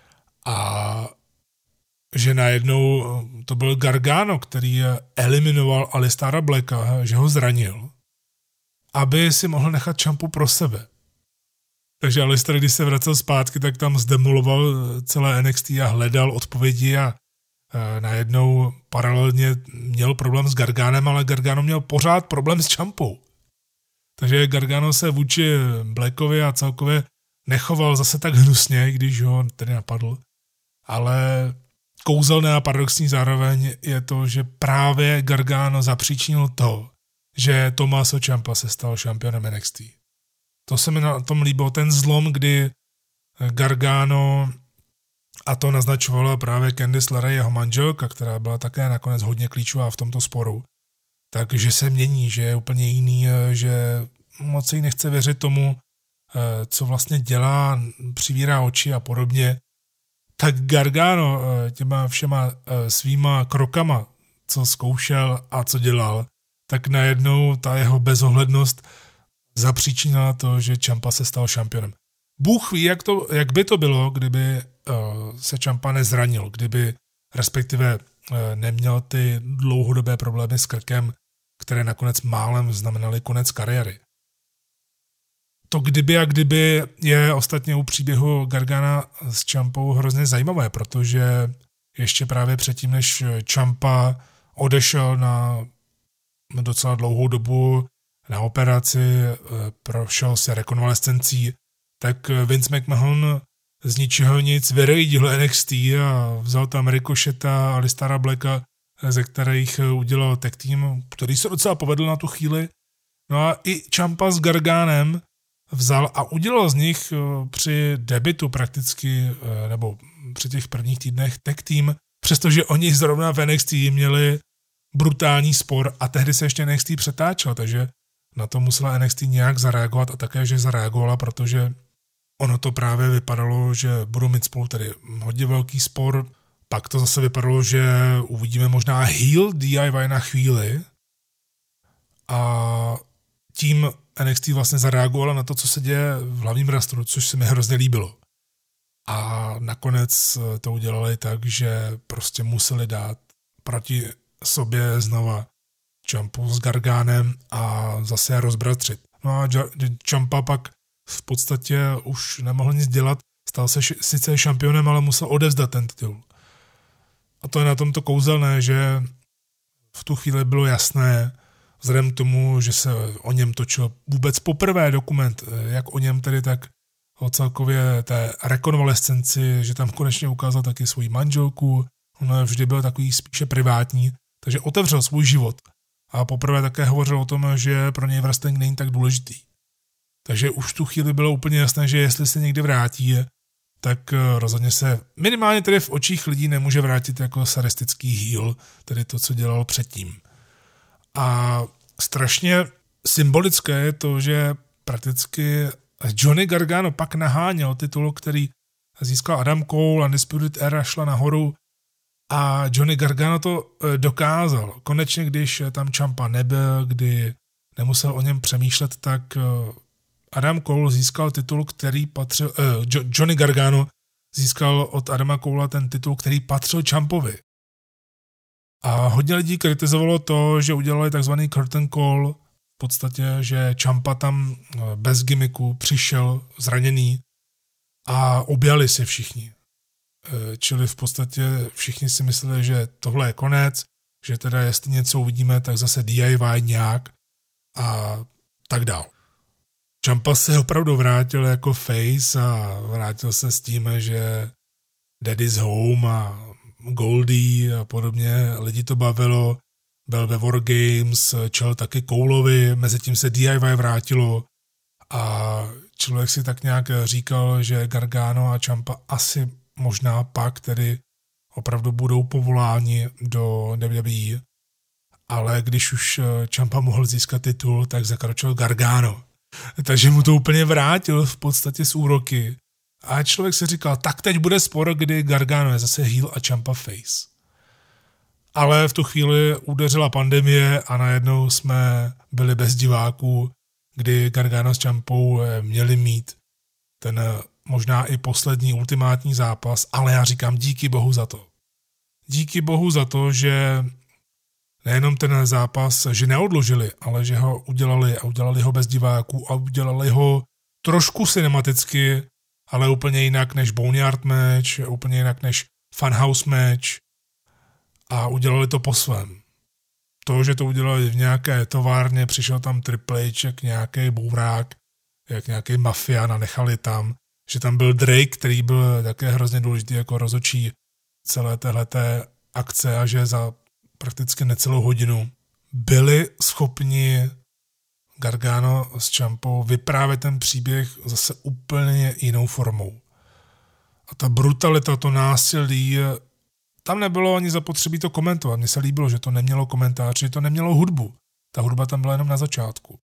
a že najednou to byl Gargano, který eliminoval Alistaira Blacka, že ho zranil, aby si mohl nechat Ciampu pro sebe. Takže Alistair, když se vracel zpátky, tak tam zdemoloval celé NXT a hledal odpovědi a najednou paralelně měl problém s Garganem, ale Gargano měl pořád problém s Ciampou. Takže Gargano se vůči Blackovi a celkově nechoval zase tak hnusně, když ho tedy napadl. Ale kouzelné a paradoxní zároveň je to, že právě Gargano zapříčinil to, že Tommaso Ciampa se stal šampionem NXT. To se mi na tom líbilo, ten zlom, kdy Gargano, a to naznačovala právě Candice LeRae, jeho manželka, která byla také nakonec hodně klíčová v tomto sporu, takže se mění, že je úplně jiný, že moc se jí nechce věřit tomu, co vlastně dělá, přivírá oči a podobně. Tak Gargano těma všema svýma krokama, co zkoušel a co dělal, tak najednou ta jeho bezohlednost zapříčinila to, že Ciampa se stal šampionem. Bůh ví, jak by to bylo, kdyby se Ciampa nezranil, kdyby respektive neměl ty dlouhodobé problémy s krkem, které nakonec málem znamenaly konec kariéry. To kdyby a kdyby je ostatně u příběhu Gargana s Ciampou hrozně zajímavé, protože ještě právě předtím, než Ciampa odešel na docela dlouhou dobu na operaci, prošel se rekonvalescencí, tak Vince McMahon z ničeho nic vyrejdil NXT a vzal tam Ricocheta a Alistaira Blacka, ze kterých udělal tag team, který se docela povedl na tu chvíli. No a i Ciampa s Garganem vzal a udělal z nich při debutu prakticky, nebo při těch prvních týdnech tag team, přestože oni zrovna v NXT měli brutální spor a tehdy se ještě NXT přetáčel, takže na to musela NXT nějak zareagovat a také, že zareagovala, protože ono to právě vypadalo, že budou mít spolu tedy hodně velký spor, pak to zase vypadalo, že uvidíme možná heel DIY na chvíli a tím NXT vlastně zareagovala na to, co se děje v hlavním rostru, což se mi hrozně líbilo. A nakonec to udělali tak, že prostě museli dát proti sobě znova Ciampu s Garganem a zase rozbratřit. No a Ciampa pak v podstatě už nemohl nic dělat, stal se sice šampionem, ale musel odevzdat ten titul. A to je na tomto kouzelné, že v tu chvíli bylo jasné, vzhledem k tomu, že se o něm točil vůbec poprvé dokument, jak o něm tedy, tak o celkově té rekonvalescenci, že tam konečně ukázal taky svoji manželku, on vždy byl takový spíše privátní, takže otevřel svůj život a poprvé také hovořil o tom, že pro něj wrestling není tak důležitý. Takže už v tu chvíli bylo úplně jasné, že jestli se někdy vrátí, tak rozhodně se minimálně tedy v očích lidí nemůže vrátit jako sadistický heel, tedy to, co dělal předtím. A strašně symbolické je to, že prakticky Johnny Gargano pak naháněl titul, který získal Adam Cole, Undisputed Era šla nahoru a Johnny Gargano to dokázal. Konečně, když tam Ciampa nebyl, kdy nemusel o něm přemýšlet, tak Adam Cole získal titul, který patřil, Johnny Gargano získal od Adama Colea ten titul, který patřil Ciampovi. A hodně lidí kritizovalo to, že udělali takzvaný curtain call, v podstatě, že Ciampa tam bez gimmicku přišel zraněný a objali si všichni. Čili v podstatě všichni si mysleli, že tohle je konec, že teda jestli něco uvidíme, tak zase DIY nějak a tak dál. Ciampa se opravdu vrátil jako face a vrátil se s tím, že Daddy's Home a Goldie a podobně, lidi to bavilo, byl ve War Games, čel taky Coleovi, mezi tím se DIY vrátilo a člověk si tak nějak říkal, že Gargano a Ciampa asi možná pak tedy opravdu budou povoláni do WWE, ale když už Ciampa mohl získat titul, tak zakročil Gargano. Takže mu to úplně vrátil v podstatě z úroky. A člověk si říkal, tak teď bude spor, kdy Gargano je zase heel a Ciampa face. Ale v tu chvíli udeřila pandemie a najednou jsme byli bez diváků, kdy Gargano s Ciampou měli mít ten možná i poslední ultimátní zápas, ale já říkám díky bohu za to. Díky bohu za to, že nejenom ten zápas, že neodložili, ale že ho udělali a udělali ho bez diváků a udělali ho trošku cinematicky, ale úplně jinak než Boneyard match, úplně jinak než Funhouse match a udělali to po svém. To, že to udělali v nějaké továrně, přišel tam Triple H, jak nějaký bourák, jak nějaký mafián a nechali tam, že tam byl Drake, který byl také hrozně důležitý jako rozhodčí celé téhleté akce a že za prakticky necelou hodinu byli schopni Gargano s Ciampou vyprávět ten příběh zase úplně jinou formou. A ta brutalita, to násilí, tam nebylo ani zapotřebí to komentovat. Mně se líbilo, že to nemělo komentář, že to nemělo hudbu. Ta hudba tam byla jenom na začátku.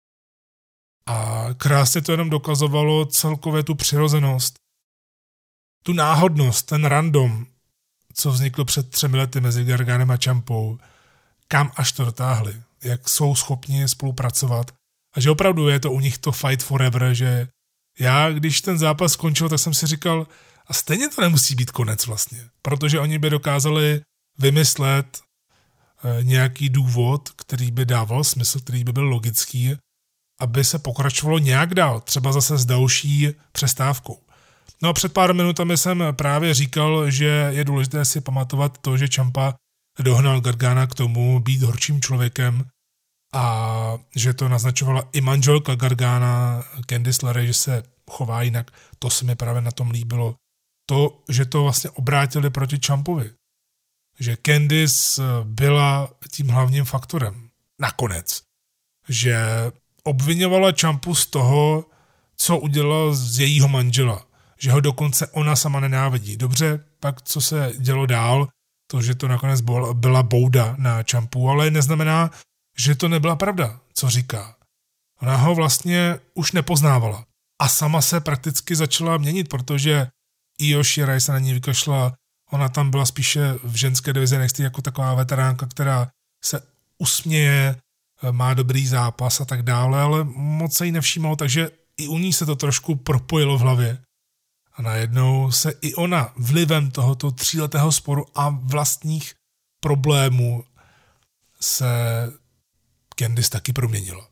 A krásně to jenom dokazovalo celkově tu přirozenost, tu náhodnost, ten random, co vzniklo před 3 lety mezi Garganem a Ciampou, kam až to dotáhli, jak jsou schopni spolupracovat a že opravdu je to u nich to fight forever, že já, když ten zápas skončil, tak jsem si říkal, a stejně to nemusí být konec vlastně, protože oni by dokázali vymyslet nějaký důvod, který by dával smysl, který by byl logický, aby se pokračovalo nějak dál, třeba zase s další přestávkou. No a před pár minutami jsem právě říkal, že je důležité si pamatovat to, že Ciampa dohnal Gargana k tomu být horčím člověkem a že to naznačovala i manželka Gargana, Candice LeRae, že se chová jinak. To se mi právě na tom líbilo. To, že to vlastně obrátili proti Ciampovi. Že Candice byla tím hlavním faktorem. Nakonec. Že obvinovala Ciampu z toho, co udělala z jejího manžela. Že ho dokonce ona sama nenávidí. Dobře, pak co se dělo dál, to, že to nakonec byla bouda na Ciampu, ale neznamená, že to nebyla pravda, co říká. Ona ho vlastně už nepoznávala. A sama se prakticky začala měnit, protože Io Shirai se na ní vykašla, ona tam byla spíše v ženské divizi NXT jako taková veteránka, která se usměje, má dobrý zápas a tak dále, ale moc se jí nevšímalo, takže i u ní se to trošku propojilo v hlavě. A najednou se i ona vlivem tohoto 3letého sporu a vlastních problémů se Candice taky proměnila.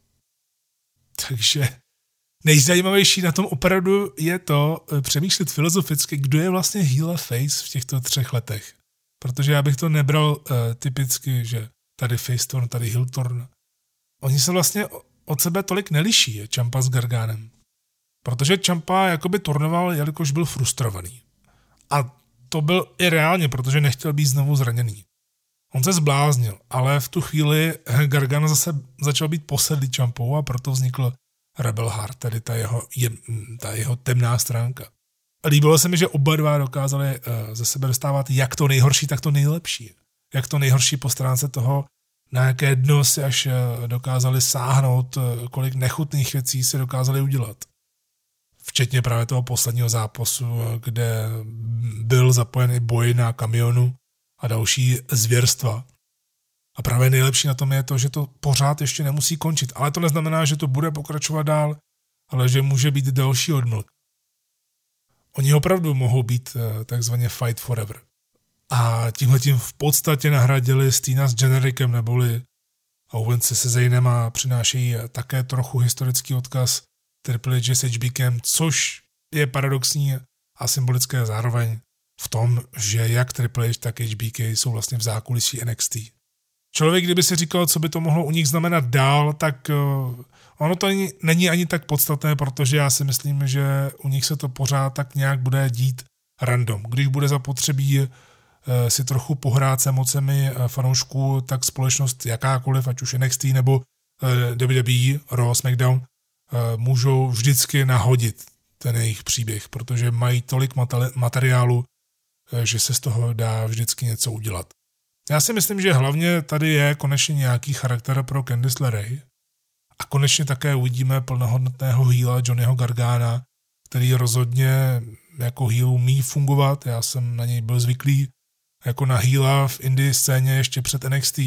Takže nejzajímavější na tom opravdu je to přemýšlet filozoficky, kdo je vlastně heel a face v těchto 3 letech. Protože já bych to nebral typicky, že tady face turn, tady heel turn. Oni se vlastně od sebe tolik neliší, Ciampa s Garganem. Protože Ciampa jakoby turnoval, jelikož byl frustrovaný. A to byl i reálně, protože nechtěl být znovu zraněný. On se zbláznil, ale v tu chvíli Gargano zase začal být posedlý Ciampou a proto vznikl Rebel Heart, tedy ta jeho temná stránka. Líbilo se mi, že oba dva dokázali ze sebe dostávat jak to nejhorší, tak to nejlepší. Jak to nejhorší po stránce toho, na jaké dno si až dokázali sáhnout, kolik nechutných věcí si dokázali udělat. Včetně právě toho posledního zápasu, kde byl zapojen i boj na kamionu a další zvěrstva. A právě nejlepší na tom je to, že to pořád ještě nemusí končit. Ale to neznamená, že to bude pokračovat dál, ale že může být další odmlk. Oni opravdu mohou být takzvaně fight forever. A tímhletím v podstatě nahradili Steena s Genericem neboli Owense se Zainem a přinášejí také trochu historický odkaz Triple H s HBKem, což je paradoxní a symbolické zároveň v tom, že jak Triple H, tak HBK jsou vlastně v zákulisí NXT. Člověk, kdyby si říkal, co by to mohlo u nich znamenat dál, tak ono to není ani tak podstatné, protože já si myslím, že u nich se to pořád tak nějak bude dít random. Když bude zapotřebí si trochu pohrát s emocemi fanoušků, tak společnost jakákoliv, ať už NXT nebo WWE, Raw, SmackDown, můžou vždycky nahodit ten jejich příběh, protože mají tolik materiálu, že se z toho dá vždycky něco udělat. Já si myslím, že hlavně tady je konečně nějaký charakter pro Candice LeRae a konečně také uvidíme plnohodnotného heala Johnnyho Gargana, který rozhodně jako heel umí fungovat, já jsem na něj byl zvyklý, jako na heala v indie scéně ještě před NXT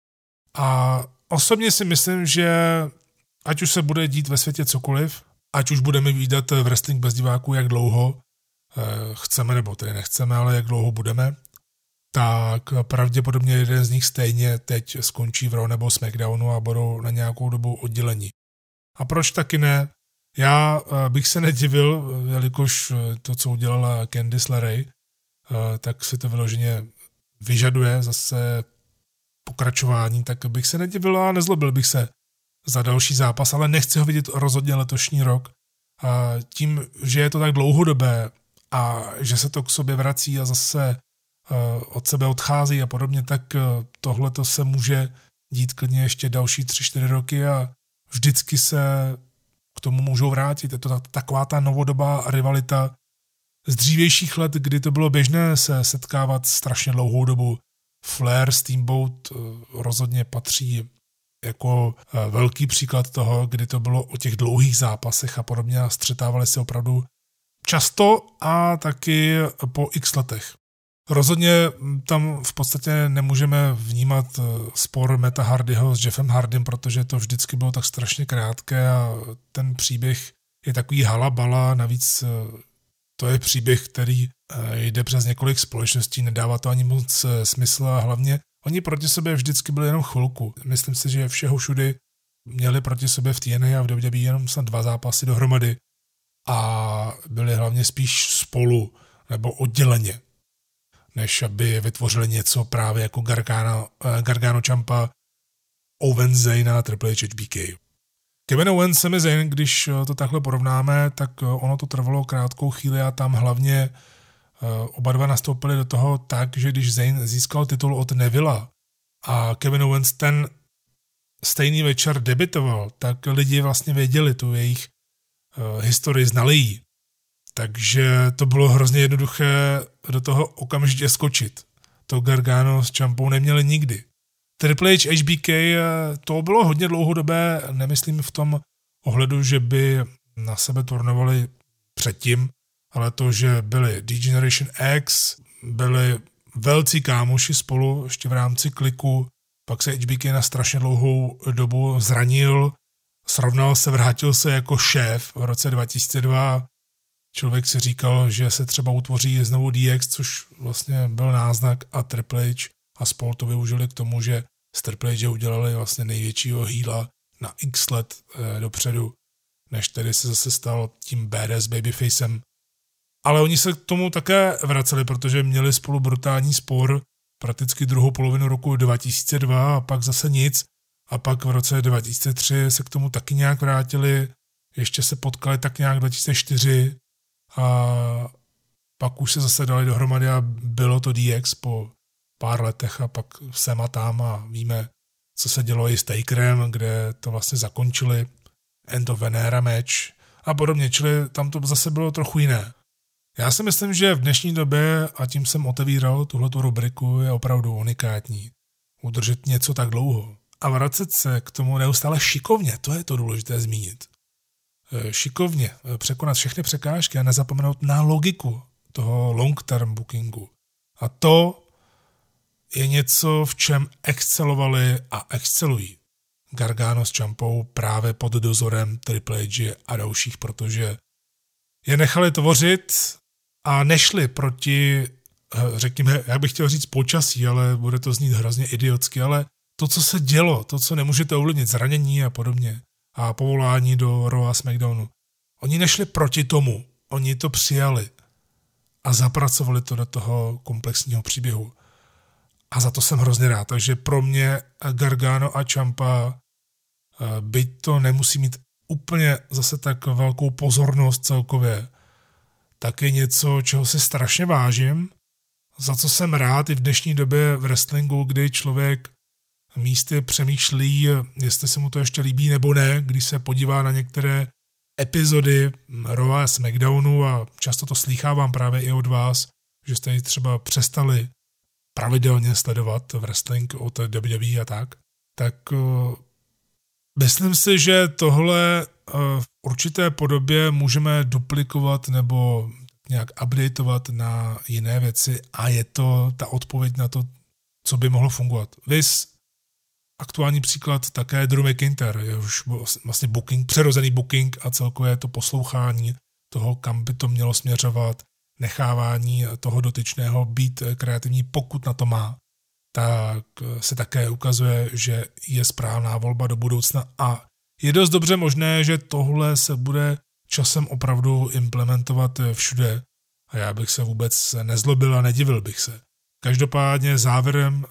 a osobně si myslím, že ať už se bude dít ve světě cokoliv, ať už budeme vidět wrestling bez diváků, jak dlouho chceme, nebo tedy nechceme, ale jak dlouho budeme, tak pravděpodobně jeden z nich stejně teď skončí v Raw nebo SmackDownu a budou na nějakou dobu oddělení. A proč taky ne? Já bych se nedivil, jelikož to, co udělala Candice LeRae, tak si to vyloženě vyžaduje zase pokračování, tak bych se nedivil a nezlobil bych se za další zápas, ale nechci ho vidět rozhodně letošní rok. A tím, že je to tak dlouhodobé a že se to k sobě vrací a zase od sebe odchází a podobně, tak tohle to se může dít klidně ještě další 3-4 roky a vždycky se k tomu můžou vrátit. Je to taková ta novodobá rivalita z dřívějších let, kdy to bylo běžné se setkávat strašně dlouhou dobu. Flair, Steamboat rozhodně patří jako velký příklad toho, kdy to bylo o těch dlouhých zápasech a podobně a střetávali se opravdu často a taky po x letech. Rozhodně tam v podstatě nemůžeme vnímat spor Meta Hardyho s Jeffem Hardym, protože to vždycky bylo tak strašně krátké a ten příběh je takový halabala, navíc to je příběh, který jde přes několik společností, nedává to ani moc smysl a hlavně oni proti sobě vždycky byli jenom chvilku. Myslím si, že všeho všudy měli proti sobě v TNA a v WWE jenom snad 2 zápasy dohromady a byli hlavně spíš spolu nebo odděleně, než aby vytvořili něco právě jako Gargano Ciampa, Owens Zayn a Triple H HBK. Kevin Owens, Sami Zayn, když to takhle porovnáme, tak ono to trvalo krátkou chvíli a tam hlavně oba dva nastoupili do toho tak, že když Zayn získal titul od Nevilla a Kevin Owens ten stejný večer debitoval, tak lidi vlastně věděli tu jejich historii, znali ji. Takže to bylo hrozně jednoduché do toho okamžitě skočit. To Gargano s Ciampou neměli nikdy. Triple H, HBK, to bylo hodně dlouhodobé, nemyslím v tom ohledu, že by na sebe turnovali předtím, ale to, že byli D-Generation X, byli velcí kámoši spolu ještě v rámci kliku, pak se HBK na strašně dlouhou dobu zranil, srovnal se, vrátil se jako šéf v roce 2002. Člověk si říkal, že se třeba utvoří znovu DX, což vlastně byl náznak a Triple H a spol to využili k tomu, že z Triple H udělali vlastně největšího heala na x let dopředu, než tedy se zase stal tím badass babyfacem. Ale oni se k tomu také vraceli, protože měli spolu brutální spor prakticky druhou polovinu roku 2002 a pak zase nic. A pak v roce 2003 se k tomu taky nějak vrátili, ještě se potkali tak nějak 2004 a pak už se zase dali dohromady a bylo to DX po pár letech a pak sem a tam a víme, co se dělo i s Takerem, kde to vlastně zakončili, End of an Era match a podobně, čili tam to zase bylo trochu jiné. Já si myslím, že v dnešní době, a tím jsem otevíral tuhletu rubriku, je opravdu unikátní udržet něco tak dlouho a vracet se k tomu neustále šikovně, to je to důležité zmínit. Šikovně překonat všechny překážky a nezapomenout na logiku toho long-term bookingu. A to je něco, v čem excelovali a excelují Gargano s Ciampou právě pod dozorem Triple H a dalších, protože je nechali tvořit a nešli proti, řekněme, já bych chtěl říct počasí, ale bude to znít hrozně idiotsky, ale to, co se dělo, to, co nemůžete ovlivnit, zranění a podobně a povolání do Raw a SmackDownu. Oni nešli proti tomu, oni to přijali a zapracovali to do toho komplexního příběhu. A za to jsem hrozně rád. Takže pro mě Gargano a Ciampa, byť to nemusí mít úplně zase tak velkou pozornost celkově, tak je něco, čeho si strašně vážím, za co jsem rád i v dnešní době v wrestlingu, kdy člověk místy přemýšlí, jestli se mu to ještě líbí nebo ne, když se podívá na některé epizody Raw a SmackDownu a často to slýchávám právě i od vás, že jste ji třeba přestali pravidelně sledovat wrestling od WWE a tak myslím si, že tohle v určité podobě můžeme duplikovat nebo nějak updateovat na jiné věci a je to ta odpověď na to, co by mohlo fungovat. Viz aktuální příklad také Drew McIntyre, je už vlastně booking, přirozený booking a celkově to poslouchání toho, kam by to mělo směřovat, nechávání toho dotyčného být kreativní, pokud na to má, tak se také ukazuje, že je správná volba do budoucna a je dost dobře možné, že tohle se bude časem opravdu implementovat všude a já bych se vůbec nezlobil a nedivil bych se. Každopádně závěrem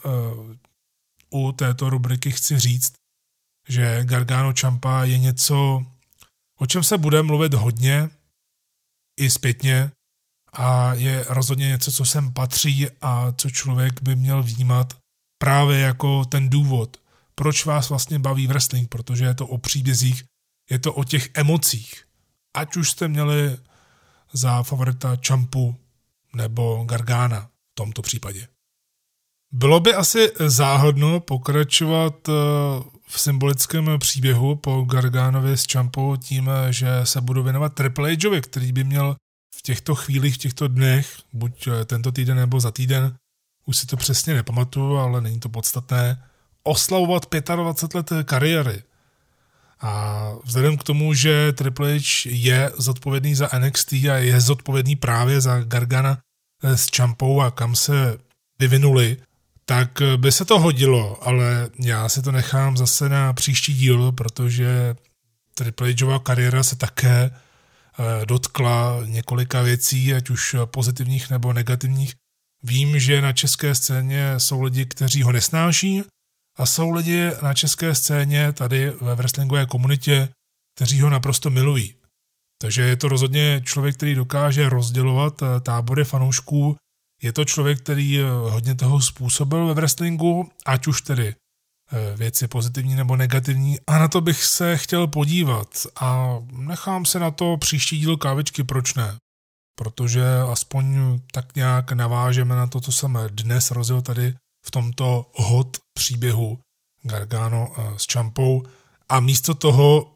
u této rubriky chci říct, že Gargano Ciampa je něco, o čem se bude mluvit hodně i zpětně a je rozhodně něco, co sem patří a co člověk by měl vnímat právě jako ten důvod, proč vás vlastně baví wrestling, protože je to o příbězích, je to o těch emocích. Ať už jste měli za favorita Ciampu nebo Gargana v tomto případě. Bylo by asi záhodno pokračovat v symbolickém příběhu po Garganovi s Ciampou tím, že se budu věnovat Triple Hovi, který by měl v těchto chvílích, v těchto dnech, buď tento týden nebo za týden, už si to přesně nepamatuju, ale není to podstatné, oslavovat 25 let kariéry. A vzhledem k tomu, že Triple H je zodpovědný za NXT a je zodpovědný právě za Gargana s Ciampou a kam se vyvinuli, tak by se to hodilo, ale já si to nechám zase na příští díl, protože Triple Hova kariéra se také dotkla několika věcí, ať už pozitivních nebo negativních. Vím, že na české scéně jsou lidi, kteří ho nesnáší a jsou lidi na české scéně tady ve wrestlingové komunitě, kteří ho naprosto milují. Takže je to rozhodně člověk, který dokáže rozdělovat tábory fanoušků. Je to člověk, který hodně toho způsobil ve wrestlingu, ať už tedy věci pozitivní nebo negativní. A na to bych se chtěl podívat a nechám se na to příští díl kávičky, proč ne? Protože aspoň tak nějak navážeme na to, co jsem dnes rozjel tady v tomto hot příběhu Gargano s Ciampou a místo toho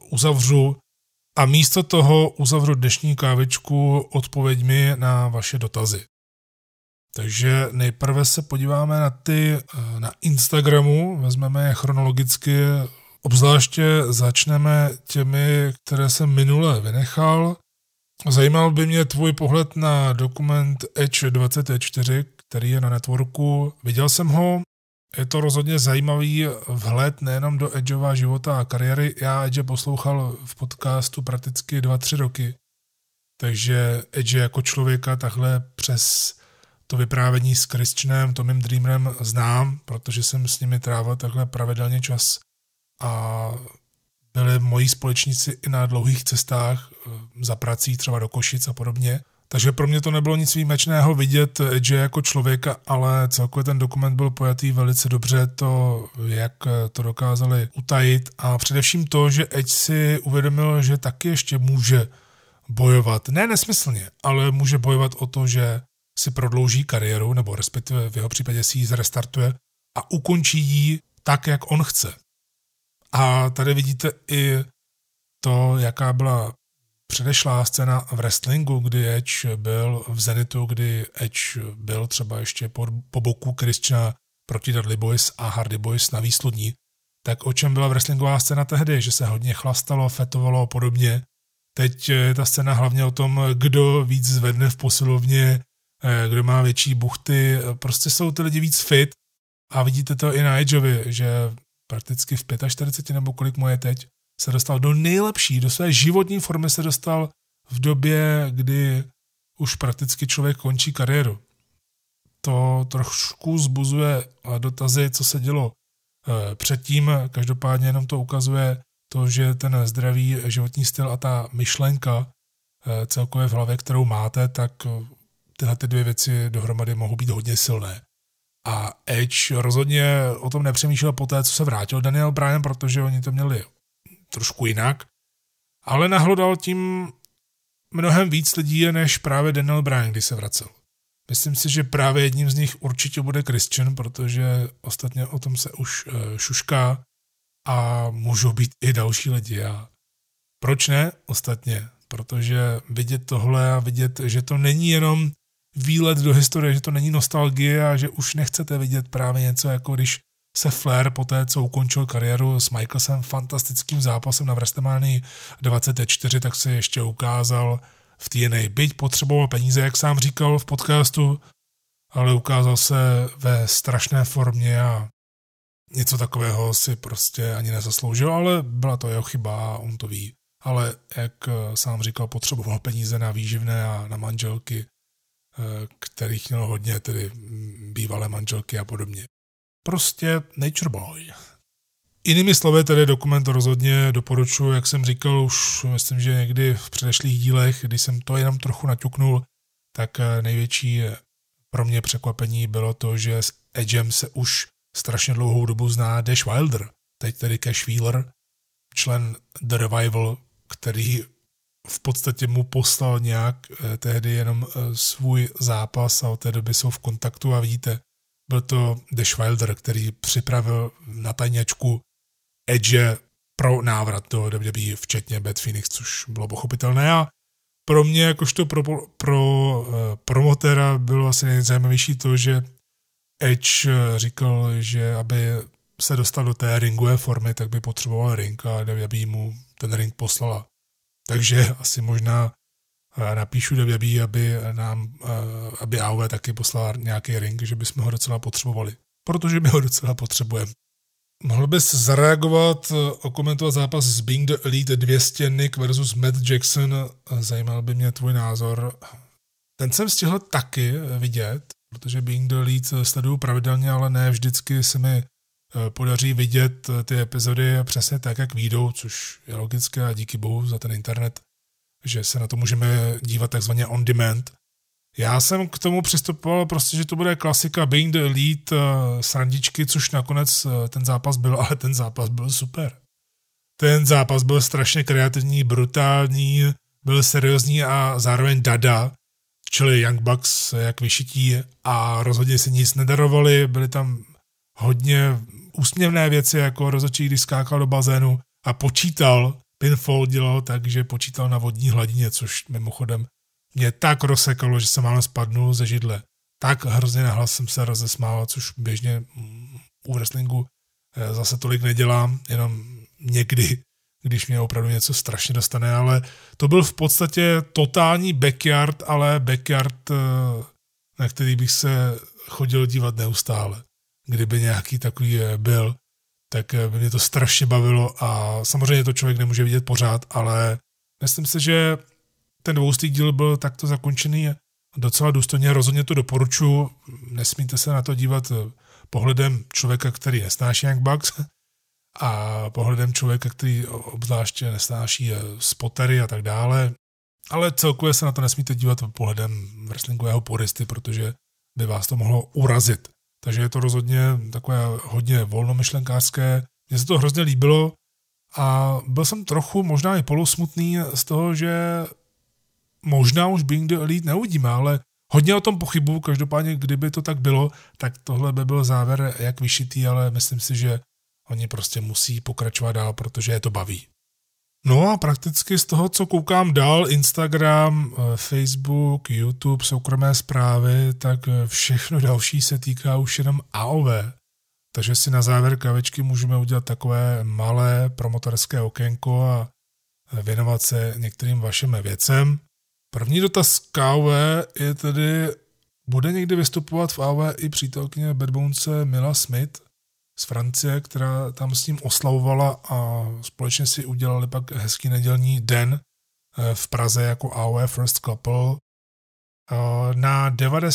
uzavřu dnešní kávičku odpověďmi na vaše dotazy. Takže nejprve se podíváme na Instagramu, vezmeme je chronologicky, obzvláště začneme těmi, které jsem minule vynechal. Zajímal by mě tvůj pohled na dokument Edge 24, který je na networku. Viděl jsem ho, je to rozhodně zajímavý vhled nejenom do Edgeova života a kariéry. Já Edge poslouchal v podcastu prakticky 2-3 roky, takže Edge jako člověka takhle přes to vyprávění s Christianem, Tomem Dreamerem znám, protože jsem s nimi trávil takhle pravidelně čas a byli moji společníci i na dlouhých cestách za prací, třeba do Košic a podobně. Takže pro mě to nebylo nic výjimečného vidět Edge jako člověka, ale celkově ten dokument byl pojatý velice dobře, to, jak to dokázali utajit a především to, že Edge si uvědomil, že taky ještě může bojovat, ne nesmyslně, ale může bojovat o to, že si prodlouží kariéru, nebo respektive v jeho případě si ji zrestartuje a ukončí ji tak, jak on chce. A tady vidíte i to, jaká byla předešlá scéna v wrestlingu, kdy Edge byl v zenitu, kdy Edge byl třeba ještě po boku Christiana, proti Dudley Boyz a Hardy Boyz na výslodní, tak o čem byla wrestlingová scéna tehdy, že se hodně chlastalo, fetovalo a podobně. Teď je ta scéna hlavně o tom, kdo víc zvedne v posilovně, kdo má větší buchty, prostě jsou ty lidi víc fit a vidíte to i na Edgeovi, že prakticky v 45 nebo kolik mu je teď, se dostal do nejlepší, do své životní formy se dostal v době, kdy už prakticky člověk končí kariéru. To trošku zbuzuje dotazy, co se dělo předtím, každopádně jenom to ukazuje to, že ten zdravý životní styl a ta myšlenka celkově v hlavě, kterou máte, tak tyhle ty dvě věci dohromady mohou být hodně silné. A Edge rozhodně o tom nepřemýšlel po té, co se vrátil Daniel Bryan, protože oni to měli trošku jinak, ale nahlodal tím mnohem víc lidí, než právě Daniel Bryan, když se vracel. Myslím si, že právě jedním z nich určitě bude Christian, protože ostatně o tom se už šušká a můžou být i další lidi. A proč ne ostatně? Protože vidět tohle a vidět, že to není jenom výlet do historie, že to není nostalgie a že už nechcete vidět právě něco, jako když se Flair po té, co ukončil kariéru s Michaelsem fantastickým zápasem na WrestleMania 24, tak se ještě ukázal v TNA. Byť potřeboval peníze, jak sám říkal v podcastu, ale ukázal se ve strašné formě a něco takového si prostě ani nezasloužil, ale byla to jeho chyba a on to ví. Ale jak sám říkal, potřeboval peníze na výživné a na manželky, kterých měl hodně, tedy bývalé manželky a podobně. Prostě nature boy. Jinými slovy, tedy dokument rozhodně doporučuji, jak jsem říkal už, myslím, že někdy v předešlých dílech, když jsem to jenom trochu naťuknul, tak největší pro mě překvapení bylo to, že s Edgem se už strašně dlouhou dobu zná Dash Wilder, teď tedy Cash Wheeler, člen The Revival, který v podstatě mu poslal nějak tehdy jenom svůj zápas a od té doby jsou v kontaktu a vidíte, byl to Dash Wilder, který připravil na tajněčku Edge pro návrat do WWE, včetně Beth Phoenix, což bylo pochopitelné a pro mě jakožto pro promotéra bylo asi nejzajímavější to, že Edge říkal, že aby se dostal do té ringové formy, tak by potřeboval ring a WWE mu ten ring poslala. Takže asi možná napíšu WWE, aby AOV taky poslala nějaký ring, že bychom ho docela potřebovali. Protože my ho docela potřebujeme. Mohl bys zareagovat, okomentovat zápas s Being the Elite 200 Nick versus Matt Jackson? Zajímal by mě tvůj názor. Ten jsem stihl taky vidět, protože Being the Elite sleduju pravidelně, ale ne vždycky se mi podaří vidět ty epizody přesně tak, jak vyjdou, což je logické a díky bohu za ten internet, že se na to můžeme dívat takzvaně on demand. Já jsem k tomu přistupoval prostě, že to bude klasika Being the Elite srandičky, což nakonec ten zápas byl, ale ten zápas byl super. Ten zápas byl strašně kreativní, brutální, byl seriózní a zároveň dada, čili Young Bucks jak vyšití a rozhodně si nic nedarovali, byly tam hodně úsměvné věci, jako rozhodčí, když skákal do bazénu a počítal, pinfall dělal tak, že počítal na vodní hladině, což mimochodem mě tak rozsekalo, že jsem málem spadnul ze židle. Tak hrozně nahlas jsem se rozesmál, což běžně u wrestlingu zase tolik nedělám, jenom někdy, když mě opravdu něco strašně dostane, ale to byl v podstatě totální backyard, ale backyard, na který bych se chodil dívat neustále. Kdyby nějaký takový byl, tak by mě to strašně bavilo a samozřejmě to člověk nemůže vidět pořád, ale myslím si, že ten 200. díl byl takto zakončený docela důstojně, rozhodně to doporučuji, nesmíte se na to dívat pohledem člověka, který nesnáší Young Bucks a pohledem člověka, který obzvláště nesnáší spotery a tak dále, ale celkově se na to nesmíte dívat pohledem wrestlingového puristy, protože by vás to mohlo urazit. Takže je to rozhodně takové hodně volnomyšlenkářské. Mně se to hrozně líbilo a byl jsem trochu možná i polosmutný z toho, že možná už Being the Elite neuvidíme, ale hodně o tom pochybuju, každopádně kdyby to tak bylo, tak tohle by byl závěr jak vyšitý, ale myslím si, že oni prostě musí pokračovat dál, protože je to baví. No a prakticky z toho, co koukám dál, Instagram, Facebook, YouTube, soukromé zprávy, tak všechno další se týká už jenom AOV. Takže si na závěr kavečky můžeme udělat takové malé promotorské okénko a věnovat se některým vašim věcem. První dotaz k AOV je tedy, bude někdy vystupovat v AOV i přítelkyně Bad Bonese Mila Smith z Francie, která tam s ním oslavovala a společně si udělali pak hezký nedělní den v Praze jako AOV First Couple. Na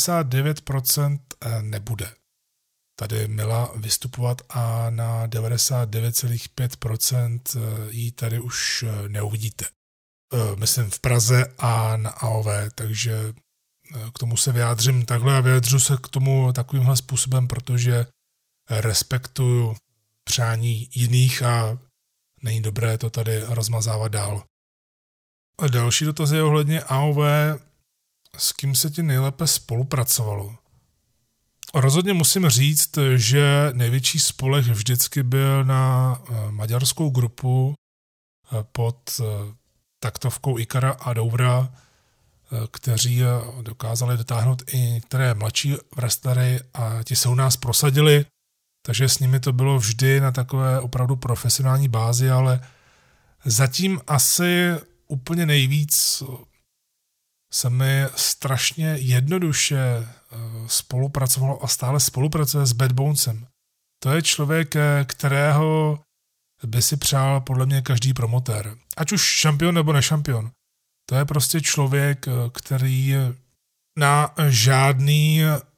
99% nebude tady Mila vystupovat a na 99,5% ji tady už neuvidíte. Myslím v Praze a na AOV, takže k tomu se vyjádřím takhle a vyjádřu se k tomu takovýmhle způsobem, protože respektuju přání jiných a není dobré to tady rozmazávat dál. A další dotaz je ohledně AOV, s kým se ti nejlépe spolupracovalo. Rozhodně musím říct, že největší spoleh vždycky byl na maďarskou grupu pod taktovkou Ikara a Doura, kteří dokázali dotáhnout i některé mladší wrestlery a ti se u nás prosadili, takže s nimi to bylo vždy na takové opravdu profesionální bázi, ale zatím asi úplně nejvíc se mi strašně jednoduše spolupracovalo a stále spolupracuje s Bad Bonesem. To je člověk, kterého by si přál podle mě každý promotér. Ať už šampion nebo nešampion. To je prostě člověk, který na žádný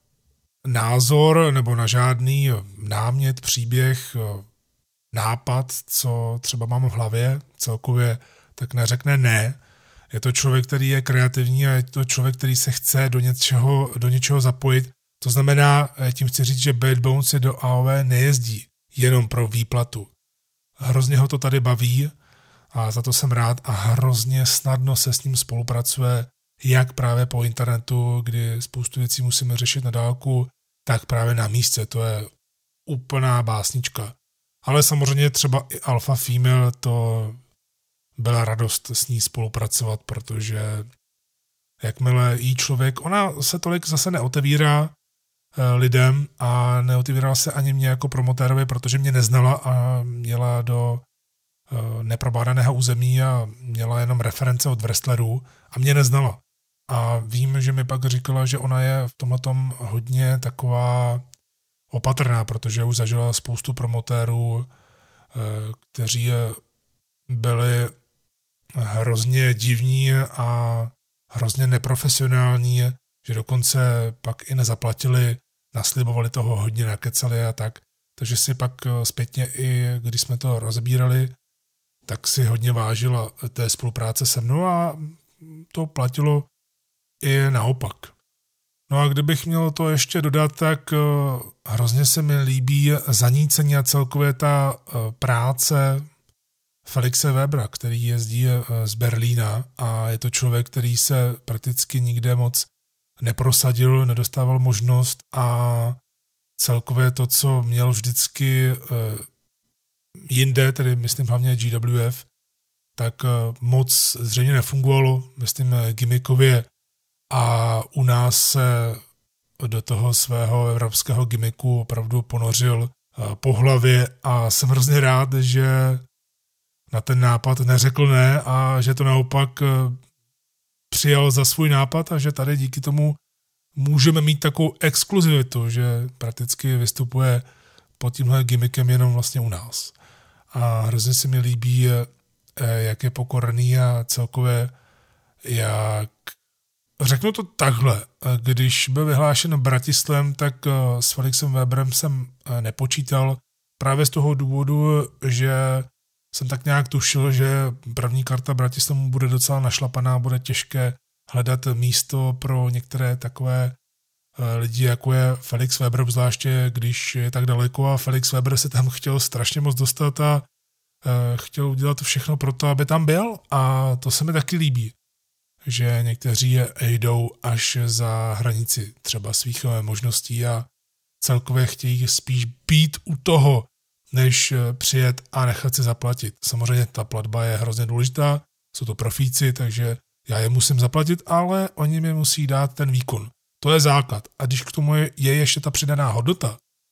názor nebo na žádný námět, příběh, nápad, co třeba mám v hlavě celkově, tak neřekne ne. Je to člověk, který je kreativní a je to člověk, který se chce do něčeho zapojit. To znamená, tím chci říct, že Bad Bones se do AOV nejezdí jenom pro výplatu. Hrozně ho to tady baví a za to jsem rád a hrozně snadno se s ním spolupracuje, jak právě po internetu, kdy spoustu věcí musíme řešit na dálku, tak právě na místě. To je úplná básnička. Ale samozřejmě třeba i Alpha Female, to byla radost s ní spolupracovat, protože jakmile jí člověk, ona se tolik zase neotevírá lidem a neotevírala se ani mě jako promotérovi, protože mě neznala a měla do neprobádaného území a měla jenom reference od wrestlerů a mě neznala. A vím, že mi pak říkala, že ona je v tomhletom hodně taková opatrná, protože už zažila spoustu promotérů, kteří byli hrozně divní a hrozně neprofesionální, že dokonce pak i nezaplatili, naslibovali toho hodně, nakecali a tak. Takže si pak zpětně i, když jsme to rozbírali, tak si hodně vážila té spolupráce se mnou a to platilo i naopak. No a kdybych měl to ještě dodat, tak hrozně se mi líbí zanícení a celkově ta práce Felixe Webera, který jezdí z Berlína a je to člověk, který se prakticky nikde moc neprosadil, nedostával možnost a celkově to, co měl vždycky jinde, tedy myslím hlavně GWF, tak moc zřejmě nefungovalo, myslím gimmickově a u nás se do toho svého evropského gimmicku opravdu ponořil po hlavě a jsem hrozně rád, že na ten nápad neřekl ne a že to naopak přijal za svůj nápad a že tady díky tomu můžeme mít takovou exkluzivitu, že prakticky vystupuje pod tímhle gimmickem jenom vlastně u nás. A hrozně se mi líbí, jak je pokorný a celkově jak... Řeknu to takhle, když byl vyhlášen Bratislem, tak s Felixem Weberem jsem nepočítal právě z toho důvodu, že jsem tak nějak tušil, že první karta Bratislavu bude docela našlapaná, bude těžké hledat místo pro některé takové lidi, jako je Felix Weber, zvláště když je tak daleko a Felix Weber se tam chtěl strašně moc dostat a chtěl udělat všechno pro to, aby tam byl a to se mi taky líbí, že někteří jdou až za hranici třeba svých možností a celkově chtějí spíš být u toho, než přijet a nechat si zaplatit. Samozřejmě ta platba je hrozně důležitá, jsou to profíci, takže já je musím zaplatit, ale oni mi musí dát ten výkon. To je základ. A když k tomu je ještě ta přidaná hodnota,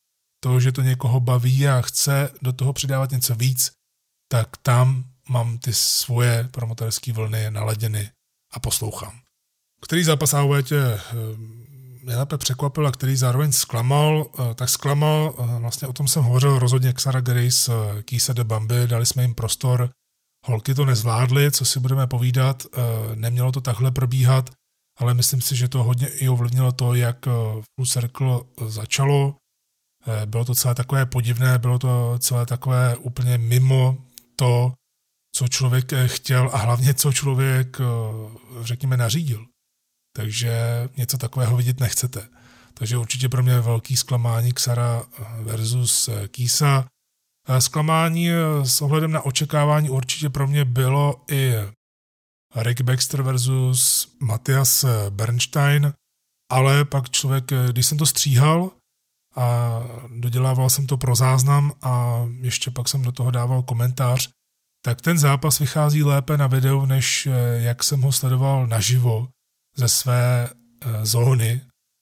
to, že to někoho baví a chce do toho přidávat něco víc, tak tam mám ty svoje promotorské vlny naladěny a poslouchám. Který zápas AOV tě nejlépe překvapil a který zároveň zklamal, tak zklamal, vlastně o tom jsem hovořil rozhodně Xara Grace, Kýsa de Bambi, dali jsme jim prostor, holky to nezvládly, co si budeme povídat, nemělo to takhle probíhat, ale myslím si, že to hodně i ovlivnilo to, jak Full Circle začalo. Bylo to celé takové podivné, bylo to celé takové úplně mimo to, co člověk chtěl a hlavně co člověk, řekněme, nařídil. Takže něco takového vidět nechcete. Takže určitě pro mě velký zklamání Xara versus Kýsa. Zklamání s ohledem na očekávání určitě pro mě bylo i Rick Baxter versus Matthias Bernstein, ale pak člověk, když jsem to stříhal a dodělával jsem to pro záznam a ještě pak jsem do toho dával komentář, tak ten zápas vychází lépe na videu, než jak jsem ho sledoval naživo ze své zóny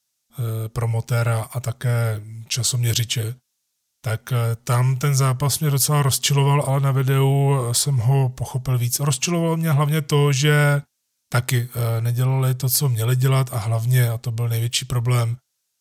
promotéra a také časoměřiče. Tak tam ten zápas mě docela rozčiloval, ale na videu jsem ho pochopil víc. Rozčilovalo mě hlavně to, že taky nedělali to, co měli dělat a hlavně, a to byl největší problém,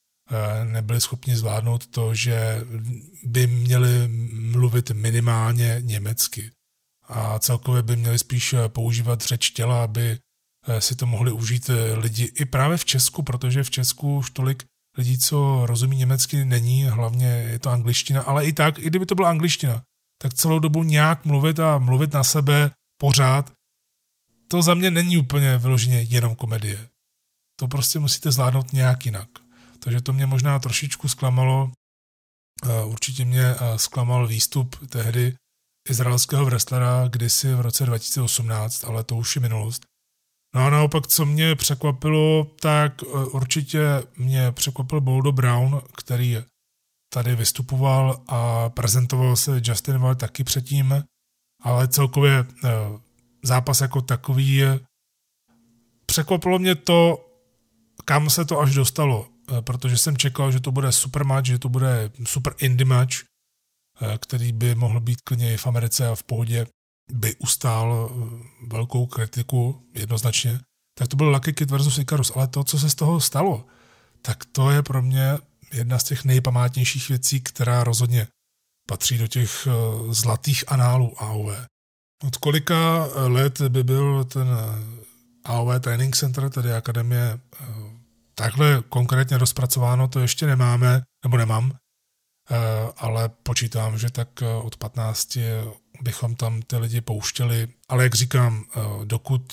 nebyli schopni zvládnout to, že by měli mluvit minimálně německy. A celkově by měli spíš používat řeč těla, aby si to mohli užít lidi i právě v Česku, protože v Česku už tolik lidí, co rozumí německy, není, hlavně je to angličtina, ale i tak, i kdyby to byla angličtina, tak celou dobu nějak mluvit a mluvit na sebe pořád, to za mě není úplně vyloženě jenom komedie. To prostě musíte zvládnout nějak jinak. Takže to mě možná trošičku zklamalo. Určitě mě zklamal výstup tehdy izraelského wrestlera kdysi v roce 2018, ale to už je minulost. No a naopak, co mě překvapilo, tak určitě mě překvapil Boldo Brown, který tady vystupoval a prezentoval se Justin Wall taky předtím, ale celkově zápas jako takový překvapilo mě to, kam se to až dostalo, protože jsem čekal, že to bude super match, že to bude super indie match, který by mohl být klidně i v Americe a v pohodě by ustál velkou kritiku jednoznačně, tak to byl Lucky Kid versus Icarus, ale to, co se z toho stalo, tak to je pro mě jedna z těch nejpamátnějších věcí, která rozhodně patří do těch zlatých análů AOV. Od kolika let by byl ten AOV Training Center, tedy akademie, takhle konkrétně rozpracováno, to ještě nemáme, nebo nemám, ale počítám, že tak od 15 bychom tam ty lidi pouštěli, ale jak říkám, dokud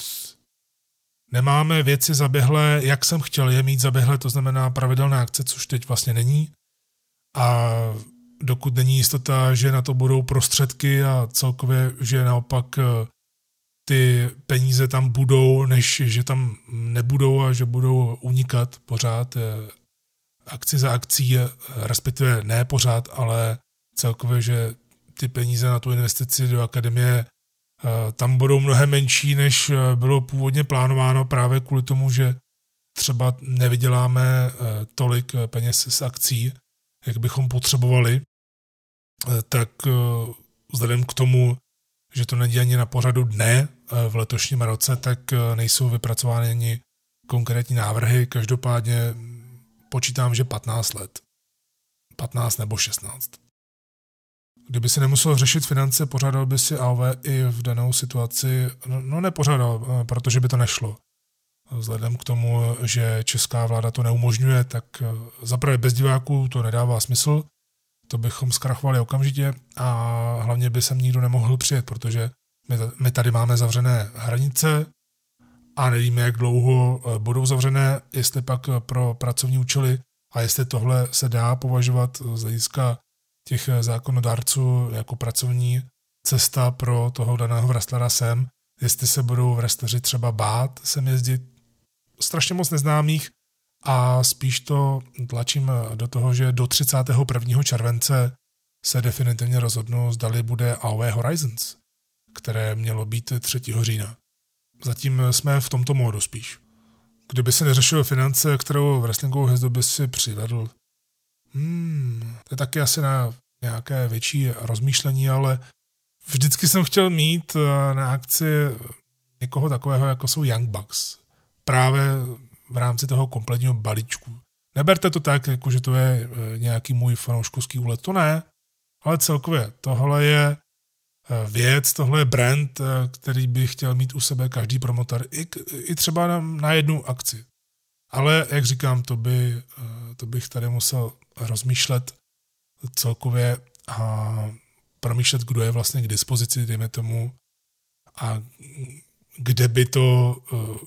nemáme věci zaběhlé, jak jsem chtěl je mít zaběhlé, to znamená pravidelné akce, což teď vlastně není, a dokud není jistota, že na to budou prostředky a celkově, že naopak ty peníze tam budou, než že tam nebudou a že budou unikat pořád akci za akcí, respektive ne pořád, ale celkově, že ty peníze na tu investici do akademie tam budou mnohem menší, než bylo původně plánováno právě kvůli tomu, že třeba nevyděláme tolik peněz z akcí, jak bychom potřebovali, tak vzhledem k tomu, že to není ani na pořadu dne v letošním roce, tak nejsou vypracovány ani konkrétní návrhy. Každopádně počítám, že 15 let. 15 nebo 16. Kdyby si nemusel řešit finance, pořádal by si AOV i v danou situaci, no nepořádal, protože by to nešlo. Vzhledem k tomu, že česká vláda to neumožňuje, tak zaprvé bez diváků to nedává smysl, to bychom zkrachovali okamžitě a hlavně by sem nikdo nemohl přijet, protože my tady máme zavřené hranice a nevíme, jak dlouho budou zavřené, jestli pak pro pracovní účely a jestli tohle se dá považovat z hlediska těch zákonodárců jako pracovní cesta pro toho daného wrestlera sem, jestli se budou wrestleri třeba bát sem jezdit. Strašně moc neznámých a spíš to tlačím do toho, že do 31. července se definitivně rozhodnu, zdali bude AOV Horizons, které mělo být 3. října. Zatím jsme v tomto módu spíš. Kdyby se neřešil finance, kterou wrestlingovou hvězdu by si přivedl? To je taky asi na nějaké větší rozmýšlení, ale vždycky jsem chtěl mít na akci někoho takového, jako jsou Young Bucks. Právě v rámci toho kompletního balíčku. Neberte to tak, jako že to je nějaký můj fanouškovský úlet, to ne, ale celkově tohle je věc, tohle je brand, který by chtěl mít u sebe každý promotor, i třeba na jednu akci. Ale, jak říkám, to bych tady musel rozmýšlet celkově a promýšlet, kdo je vlastně k dispozici, dejme tomu, a kde by to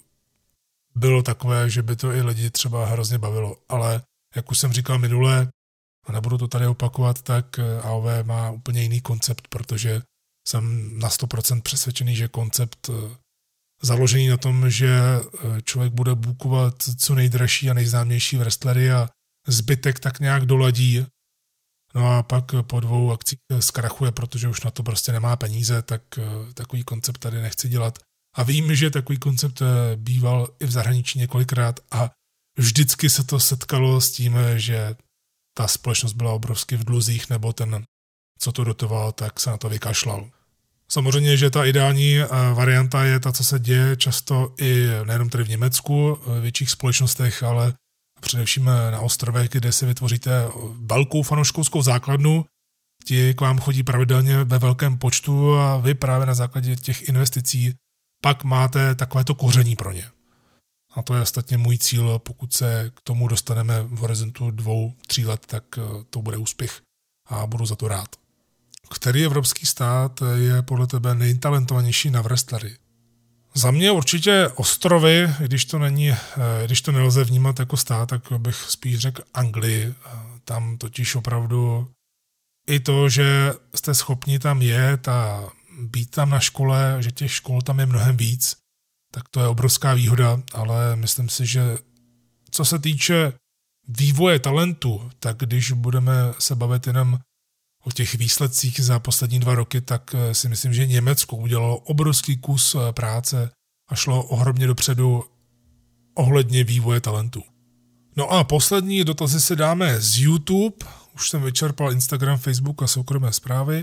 bylo takové, že by to i lidi třeba hrozně bavilo. Ale, jak už jsem říkal minule, a nebudu to tady opakovat, tak AOV má úplně jiný koncept, protože jsem na 100% přesvědčený, že koncept založený na tom, že člověk bude bookovat co nejdražší a nejznámější wrestlery a zbytek tak nějak doladí. No a pak po 2 akcích zkrachuje, protože už na to prostě nemá peníze, tak takový koncept tady nechci dělat. A vím, že takový koncept býval i v zahraničí několikrát a vždycky se to setkalo s tím, že ta společnost byla obrovsky v dluzích, nebo ten, co to dotoval, tak se na to vykašlal. Samozřejmě, že ta ideální varianta je ta, co se děje často i nejenom tady v Německu, v větších společnostech, ale především na ostrovech, kde si vytvoříte velkou fanouškovskou základnu. Ti k vám chodí pravidelně ve velkém počtu a vy právě na základě těch investicí pak máte takovéto koření pro ně. A to je ostatně můj cíl, pokud se k tomu dostaneme v horizontu 2-3 let, tak to bude úspěch a budu za to rád. Který evropský stát je podle tebe nejtalentovanější na wrestlery? Za mě určitě ostrovy, když to nelze vnímat jako stát, tak bych spíš řekl Anglii. Tam totiž opravdu i to, že jste schopni tam jet a být tam na škole, že těch škol tam je mnohem víc, tak to je obrovská výhoda, ale myslím si, že co se týče vývoje talentu, tak když budeme se bavit jenom o těch výsledcích za poslední 2 roky, tak si myslím, že Německo udělalo obrovský kus práce a šlo ohromně dopředu ohledně vývoje talentu. No a poslední dotazy si dáme z YouTube. Už jsem vyčerpal Instagram, Facebook a soukromé zprávy.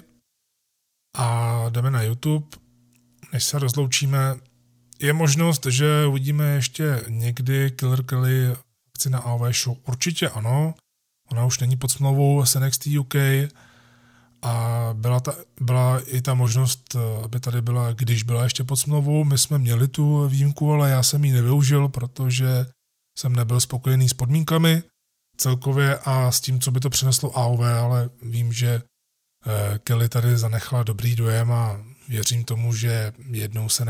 A jdeme na YouTube. Než se rozloučíme, je možnost, že uvidíme ještě někdy Killer Kelly akci na AOV Show. Určitě ano. Ona už není pod smlouvou s NXT UK a byla i ta možnost, aby tady byla, když byla ještě pod smlouvou. My jsme měli tu výjimku, ale já jsem ji nevyužil, protože jsem nebyl spokojený s podmínkami celkově a s tím, co by to přineslo AOV, ale vím, že Kelly tady zanechala dobrý dojem a věřím tomu, že jednou se na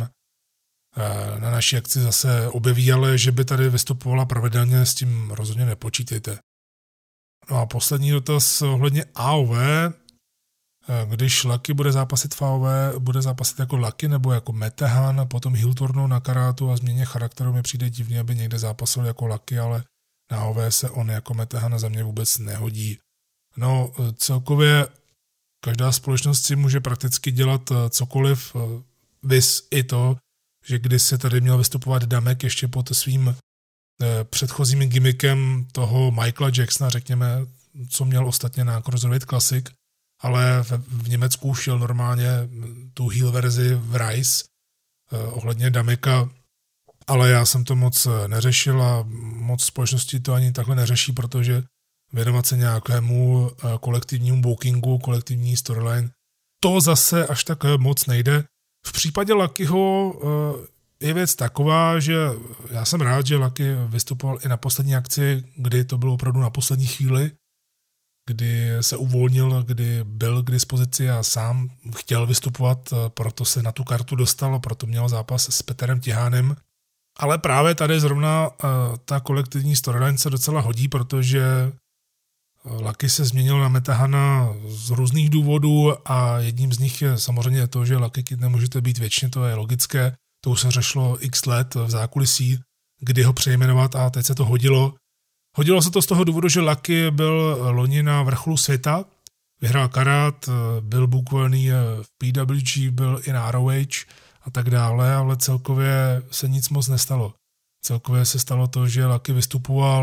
naší akci zase objeví, ale že by tady vystupovala pravidelně, s tím rozhodně nepočítejte. No a poslední dotaz ohledně AOV. Když Lucky bude zápasit v AOV, bude zápasit jako Lucky nebo jako Metehan, potom heel turnou na karátu a změně charakteru mi přijde divně, aby někde zápasil jako Lucky, ale na AOV se on jako Metehan za mě vůbec nehodí. No celkově každá společnost si může prakticky dělat cokoliv, vys i to, že když se tady měl vystupovat Damek ještě pod svým předchozím gimmickem toho Michaela Jacksona, řekněme, co měl ostatně na Cruiserweight Classic, ale v Německu šel normálně tu heel verzi v Rise ohledně Dameka, ale já jsem to moc neřešil a moc společnosti to ani takhle neřeší, protože věnovat se nějakému kolektivnímu bookingu, kolektivní storyline, to zase až tak moc nejde. V případě Luckyho je věc taková, že já jsem rád, že Lucky vystupoval i na poslední akci, kdy to bylo opravdu na poslední chvíli, kdy se uvolnil, kdy byl k dispozici a sám chtěl vystupovat, proto se na tu kartu dostal, proto měl zápas s Peterem Tihánem. Ale právě tady zrovna ta kolektivní storyline se docela hodí, protože Lucky se změnil na Metahana z různých důvodů a jedním z nich je samozřejmě to, že Lucky Kid nemůžete být věčně, to je logické. To už se řešilo x let v zákulisí, kdy ho přejmenovat a teď se to hodilo. Hodilo se to z toho důvodu, že Lucky byl loni na vrcholu světa, vyhrál karát, byl bookovaný v PWG, byl i na ROH a tak dále, ale celkově se nic moc nestalo. Celkově se stalo to, že Lucky vystupoval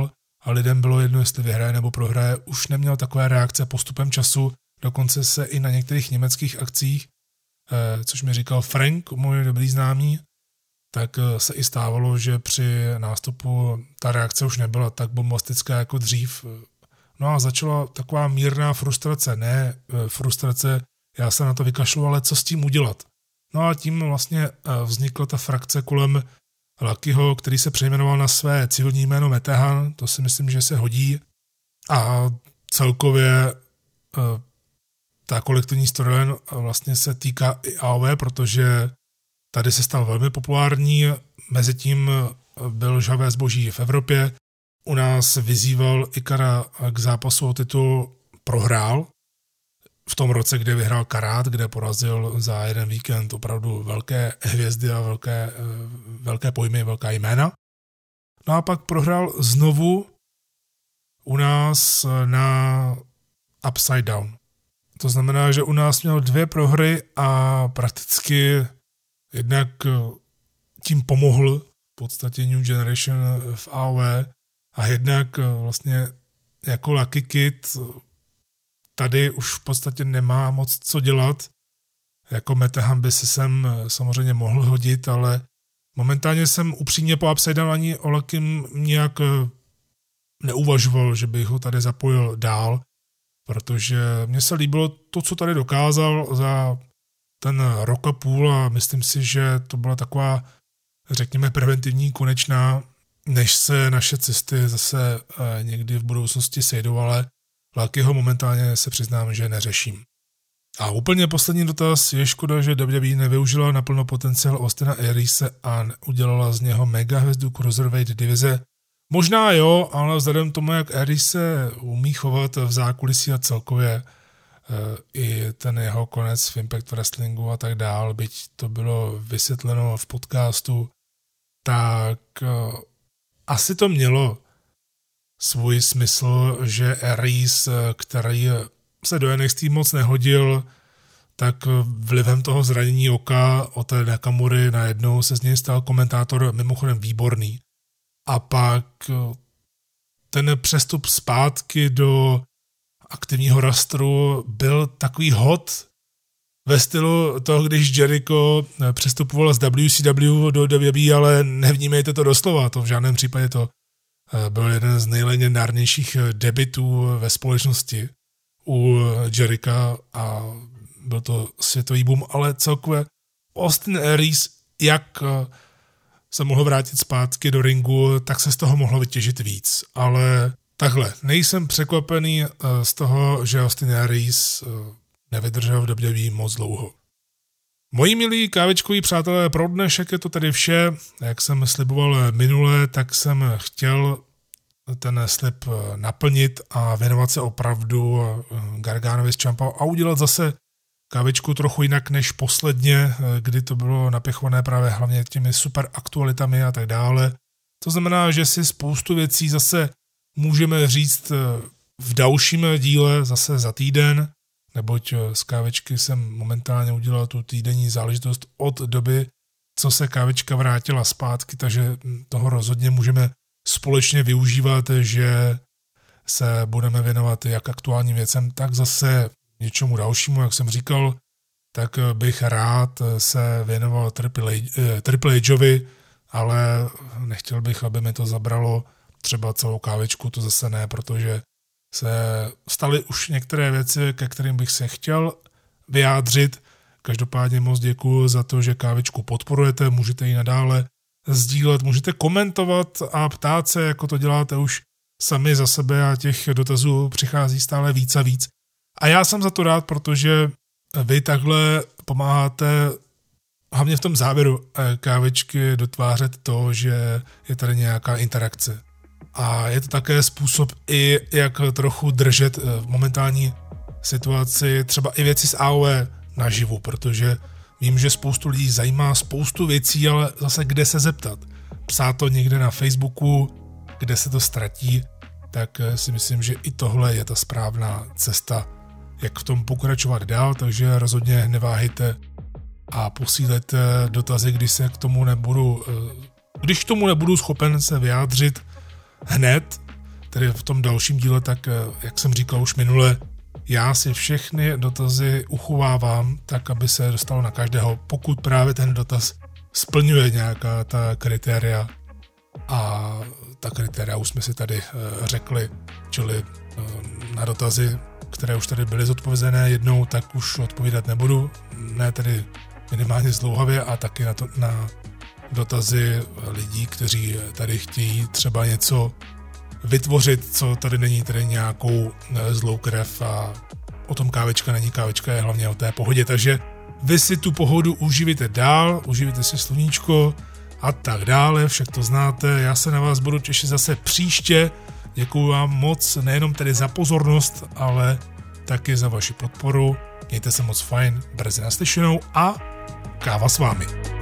a lidem bylo jedno, jestli vyhraje nebo prohraje, už neměl takové reakce postupem času, dokonce se i na některých německých akcích, což mi říkal Frank, můj dobrý známý, tak se i stávalo, že při nástupu ta reakce už nebyla tak bombastická jako dřív. No a začala taková mírná frustrace, ne frustrace, já se na to vykašlu, ale co s tím udělat. No a tím vlastně vznikla ta frakce kolem Luckyho, který se přejmenoval na své civilní jméno Metehan, to si myslím, že se hodí. A celkově ta kolektivní storyline vlastně se týká i AOV, protože tady se stal velmi populární, mezitím byl žhavé zboží v Evropě, u nás vyzýval Ikara k zápasu o titul, prohrál v tom roce, kde vyhrál Karát, kde porazil za jeden víkend opravdu velké hvězdy a velké pojmy, velká jména. No a pak prohrál znovu u nás na Upside Down. To znamená, že u nás měl 2 prohry a prakticky jednak tím pomohl v podstatě New Generation v AOV a jednak vlastně jako Lucky Kid tady už v podstatě nemá moc co dělat. Jako Metehan by si sem samozřejmě mohl hodit, ale momentálně jsem upřímně po Upside Down ani o Luckym nějak neuvažoval, že bych ho tady zapojil dál, protože mně se líbilo to, co tady dokázal za ten rok a půl a myslím si, že to byla taková, řekněme, preventivní konečná, než se naše cesty zase někdy v budoucnosti sejdou, ale Luckyho momentálně se přiznám, že neřeším. A úplně poslední dotaz, je škoda, že WWE nevyužila naplno potenciál Austina Ariese a udělala z něho mega hvězdu Cruiserweight divize. Možná jo, ale vzhledem tomu, jak Ariese umí chovat v zákulisí a celkově i ten jeho konec v Impact Wrestlingu a tak dál, byť to bylo vysvětleno v podcastu, tak asi to mělo svůj smysl, že Aries, který se do NXT moc nehodil, tak vlivem toho zranění oka od té Nakamury najednou se z něj stal komentátor mimochodem výborný. A pak ten přestup zpátky do aktivního rastru byl takový hot ve stylu toho, když Jericho přestupoval z WCW do WWE, ale nevnímejte to doslova, to v žádném případě to byl jeden z nejlegendárnějších debutů ve společnosti u Jericha a byl to světový boom, ale celkově Austin Aries, jak se mohl vrátit zpátky do ringu, tak se z toho mohlo vytěžit víc, ale takhle, nejsem překvapený z toho, že Austin Aries nevydržel v WWE moc dlouho. Moji milí kávečkoví přátelé, pro dnešek je to tedy vše. Jak jsem sliboval minule, tak jsem chtěl ten slib naplnit a věnovat se opravdu Garganovi z Ciampa a udělat zase kávečku trochu jinak než posledně, kdy to bylo napěchované právě hlavně těmi super aktualitami a tak dále. To znamená, že si spoustu věcí zase můžeme říct v dalším díle zase za týden, neboť z kávečky jsem momentálně udělal tu týdenní záležitost od doby, co se kávečka vrátila zpátky, takže toho rozhodně můžeme společně využívat, že se budeme věnovat jak aktuálním věcem, tak zase něčemu dalšímu, jak jsem říkal, tak bych rád se věnoval Triple Hovi, ale nechtěl bych, aby mi to zabralo třeba celou kávečku, to zase ne, protože se staly už některé věci, ke kterým bych se chtěl vyjádřit. Každopádně moc děkuji za to, že kávečku podporujete, můžete ji nadále sdílet, můžete komentovat a ptát se, jako to děláte už sami za sebe a těch dotazů přichází stále víc a víc. A já jsem za to rád, protože vy takhle pomáháte hlavně v tom závěru kávečky dotvářet to, že je tady nějaká interakce. A je to také způsob i jak trochu držet v momentální situaci třeba i věci z AOV naživu, protože vím, že spoustu lidí zajímá spoustu věcí, ale zase kde se zeptat. Psát to někde na Facebooku, kde se to ztratí, tak si myslím, že i tohle je ta správná cesta, jak v tom pokračovat dál, takže rozhodně neváhejte a posílejte dotazy, když k tomu nebudu schopen se vyjádřit hned, tedy v tom dalším díle, tak jak jsem říkal už minule, já si všechny dotazy uchovávám tak, aby se dostalo na každého, pokud právě ten dotaz splňuje nějaká ta kritéria. A ta kritéria už jsme si tady řekli, čili na dotazy, které už tady byly zodpovězené jednou, tak už odpovídat nebudu, ne tedy minimálně zdlouhavě, a taky na dotazy lidí, kteří tady chtějí třeba něco vytvořit, co tady není tedy nějakou zlou krev, a o tom kávička není, kávička je hlavně o té pohodě, takže vy si tu pohodu užijte dál, užijte si sluníčko a tak dále, však to znáte, já se na vás budu těšit zase příště, děkuju vám moc, nejenom tedy za pozornost, ale taky za vaši podporu, mějte se moc fajn, brzy naslyšenou a káva s vámi.